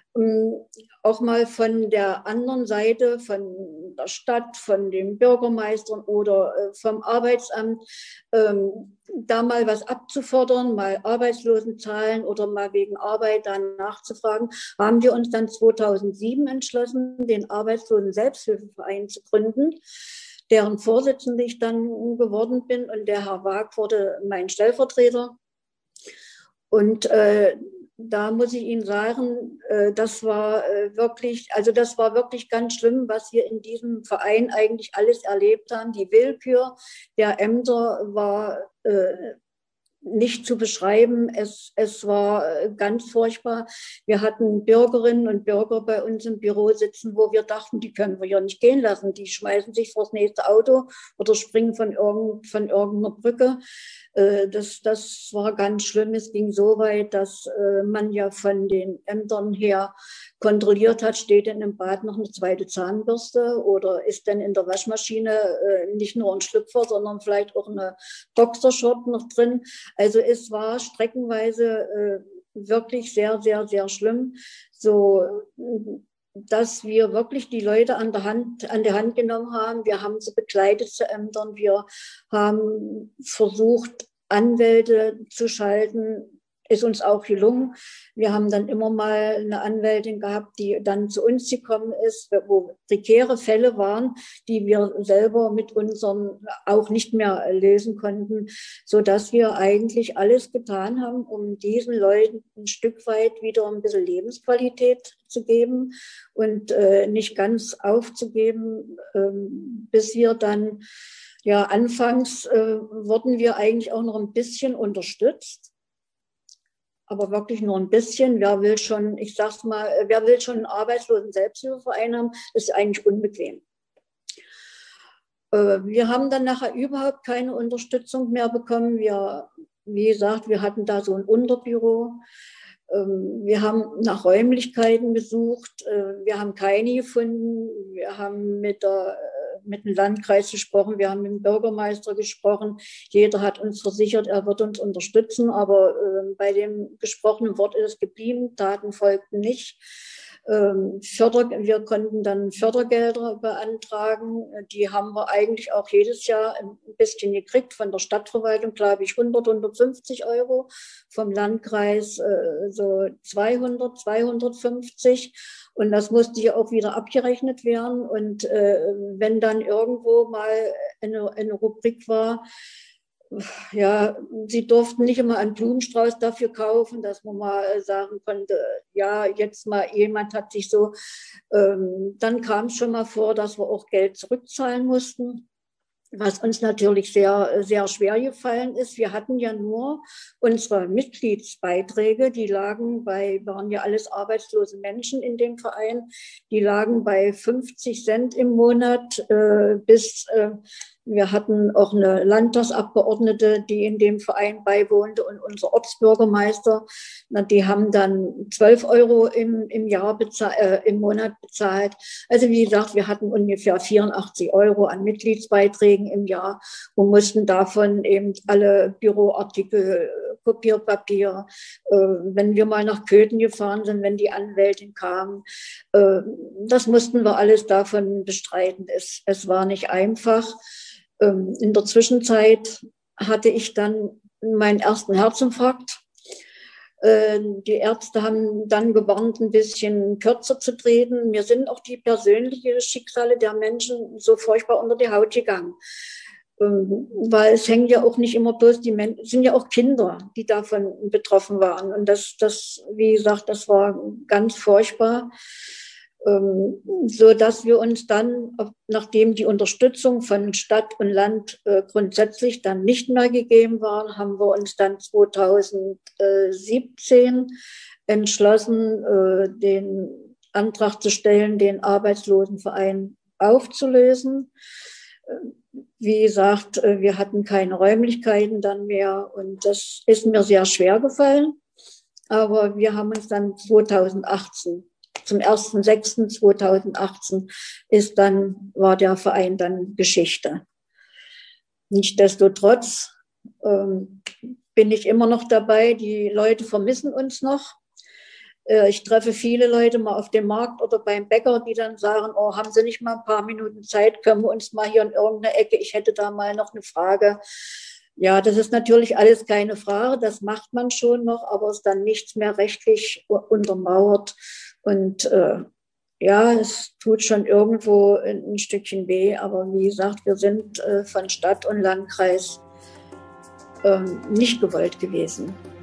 auch mal von der anderen Seite, von der Stadt, von den Bürgermeistern oder vom Arbeitsamt, da mal was abzufordern, mal Arbeitslosenzahlen oder mal wegen Arbeit dann nachzufragen, haben wir uns dann 2007 entschlossen, den Arbeitslosen-Selbsthilfeverein zu gründen, deren Vorsitzende ich dann geworden bin, und der Herr Waag wurde mein Stellvertreter. Und da muss ich Ihnen sagen, das war wirklich ganz schlimm, was wir in diesem Verein eigentlich alles erlebt haben. Die Willkür der Ämter war nicht zu beschreiben. Es war ganz furchtbar. Wir hatten Bürgerinnen und Bürger bei uns im Büro sitzen, wo wir dachten, die können wir ja nicht gehen lassen. Die schmeißen sich vors nächste Auto oder springen von irgendeiner Brücke. Das war ganz schlimm. Es ging so weit, dass man ja von den Ämtern her kontrolliert hat, steht denn im Bad noch eine zweite Zahnbürste oder ist denn in der Waschmaschine nicht nur ein Schlüpfer, sondern vielleicht auch eine Boxershort noch drin. Also es war streckenweise wirklich sehr, sehr, sehr schlimm, so dass wir wirklich die Leute an der Hand genommen haben. Wir haben sie begleitet zu Ämtern. Wir haben versucht, Anwälte zu schalten. Ist uns auch gelungen. Wir haben dann immer mal eine Anwältin gehabt, die dann zu uns gekommen ist, wo prekäre Fälle waren, die wir selber mit unseren auch nicht mehr lösen konnten, sodass wir eigentlich alles getan haben, um diesen Leuten ein Stück weit wieder ein bisschen Lebensqualität zu geben und nicht ganz aufzugeben, bis wir dann, ja, anfangs wurden wir eigentlich auch noch ein bisschen unterstützt. Aber wirklich nur ein bisschen. Wer will schon einen Arbeitslosen-Selbsthilfeverein haben, ist eigentlich unbequem. Wir haben dann nachher überhaupt keine Unterstützung mehr bekommen. Wie gesagt, wir hatten da so ein Unterbüro. Wir haben nach Räumlichkeiten gesucht. Wir haben keine gefunden. Wir haben mit dem Landkreis gesprochen, wir haben mit dem Bürgermeister gesprochen. Jeder hat uns versichert, er wird uns unterstützen, aber bei dem gesprochenen Wort ist es geblieben, Taten folgten nicht. Wir konnten dann Fördergelder beantragen. Die haben wir eigentlich auch jedes Jahr ein bisschen gekriegt. Von der Stadtverwaltung, glaube ich, 150 €, vom Landkreis so 200, 250. Und das musste ja auch wieder abgerechnet werden. Und wenn dann irgendwo mal eine Rubrik war, Ja, sie durften nicht immer einen Blumenstrauß dafür kaufen, dass man mal sagen konnte, ja, jetzt mal jemand hat sich so, dann kam es schon mal vor, dass wir auch Geld zurückzahlen mussten, was uns natürlich sehr, sehr schwer gefallen ist. Wir hatten ja nur unsere Mitgliedsbeiträge, die lagen waren ja alles arbeitslose Menschen in dem Verein, die lagen bei 50 Cent im Monat wir hatten auch eine Landtagsabgeordnete, die in dem Verein beiwohnte und unser Ortsbürgermeister. Die haben dann 12 € im Monat bezahlt. Also wie gesagt, wir hatten ungefähr 84 € an Mitgliedsbeiträgen im Jahr und mussten davon eben alle Büroartikel, Kopierpapier, wenn wir mal nach Köthen gefahren sind, wenn die Anwältin kam, das mussten wir alles davon bestreiten. Es war nicht einfach. In der Zwischenzeit hatte ich dann meinen ersten Herzinfarkt. Die Ärzte haben dann gewarnt, ein bisschen kürzer zu treten. Mir sind auch die persönlichen Schicksale der Menschen so furchtbar unter die Haut gegangen. Weil es hängen ja auch nicht immer bloß die Menschen, es sind ja auch Kinder, die davon betroffen waren. Und das, wie gesagt, das war ganz furchtbar. So dass wir uns dann, nachdem die Unterstützung von Stadt und Land grundsätzlich dann nicht mehr gegeben war, haben wir uns dann 2017 entschlossen, den Antrag zu stellen, den Arbeitslosenverein aufzulösen. Wie gesagt, wir hatten keine Räumlichkeiten dann mehr und das ist mir sehr schwer gefallen. Aber wir haben uns dann 2018 zum 1.6.2018 war der Verein dann Geschichte. Nichtsdestotrotz bin ich immer noch dabei. Die Leute vermissen uns noch. Ich treffe viele Leute mal auf dem Markt oder beim Bäcker, die dann sagen, oh, haben Sie nicht mal ein paar Minuten Zeit, können wir uns mal hier in irgendeine Ecke, ich hätte da mal noch eine Frage. Ja, das ist natürlich alles keine Frage, das macht man schon noch, aber es ist dann nichts mehr rechtlich untermauert. Und ja, es tut schon irgendwo ein Stückchen weh, aber wie gesagt, wir sind von Stadt und Landkreis nicht gewollt gewesen.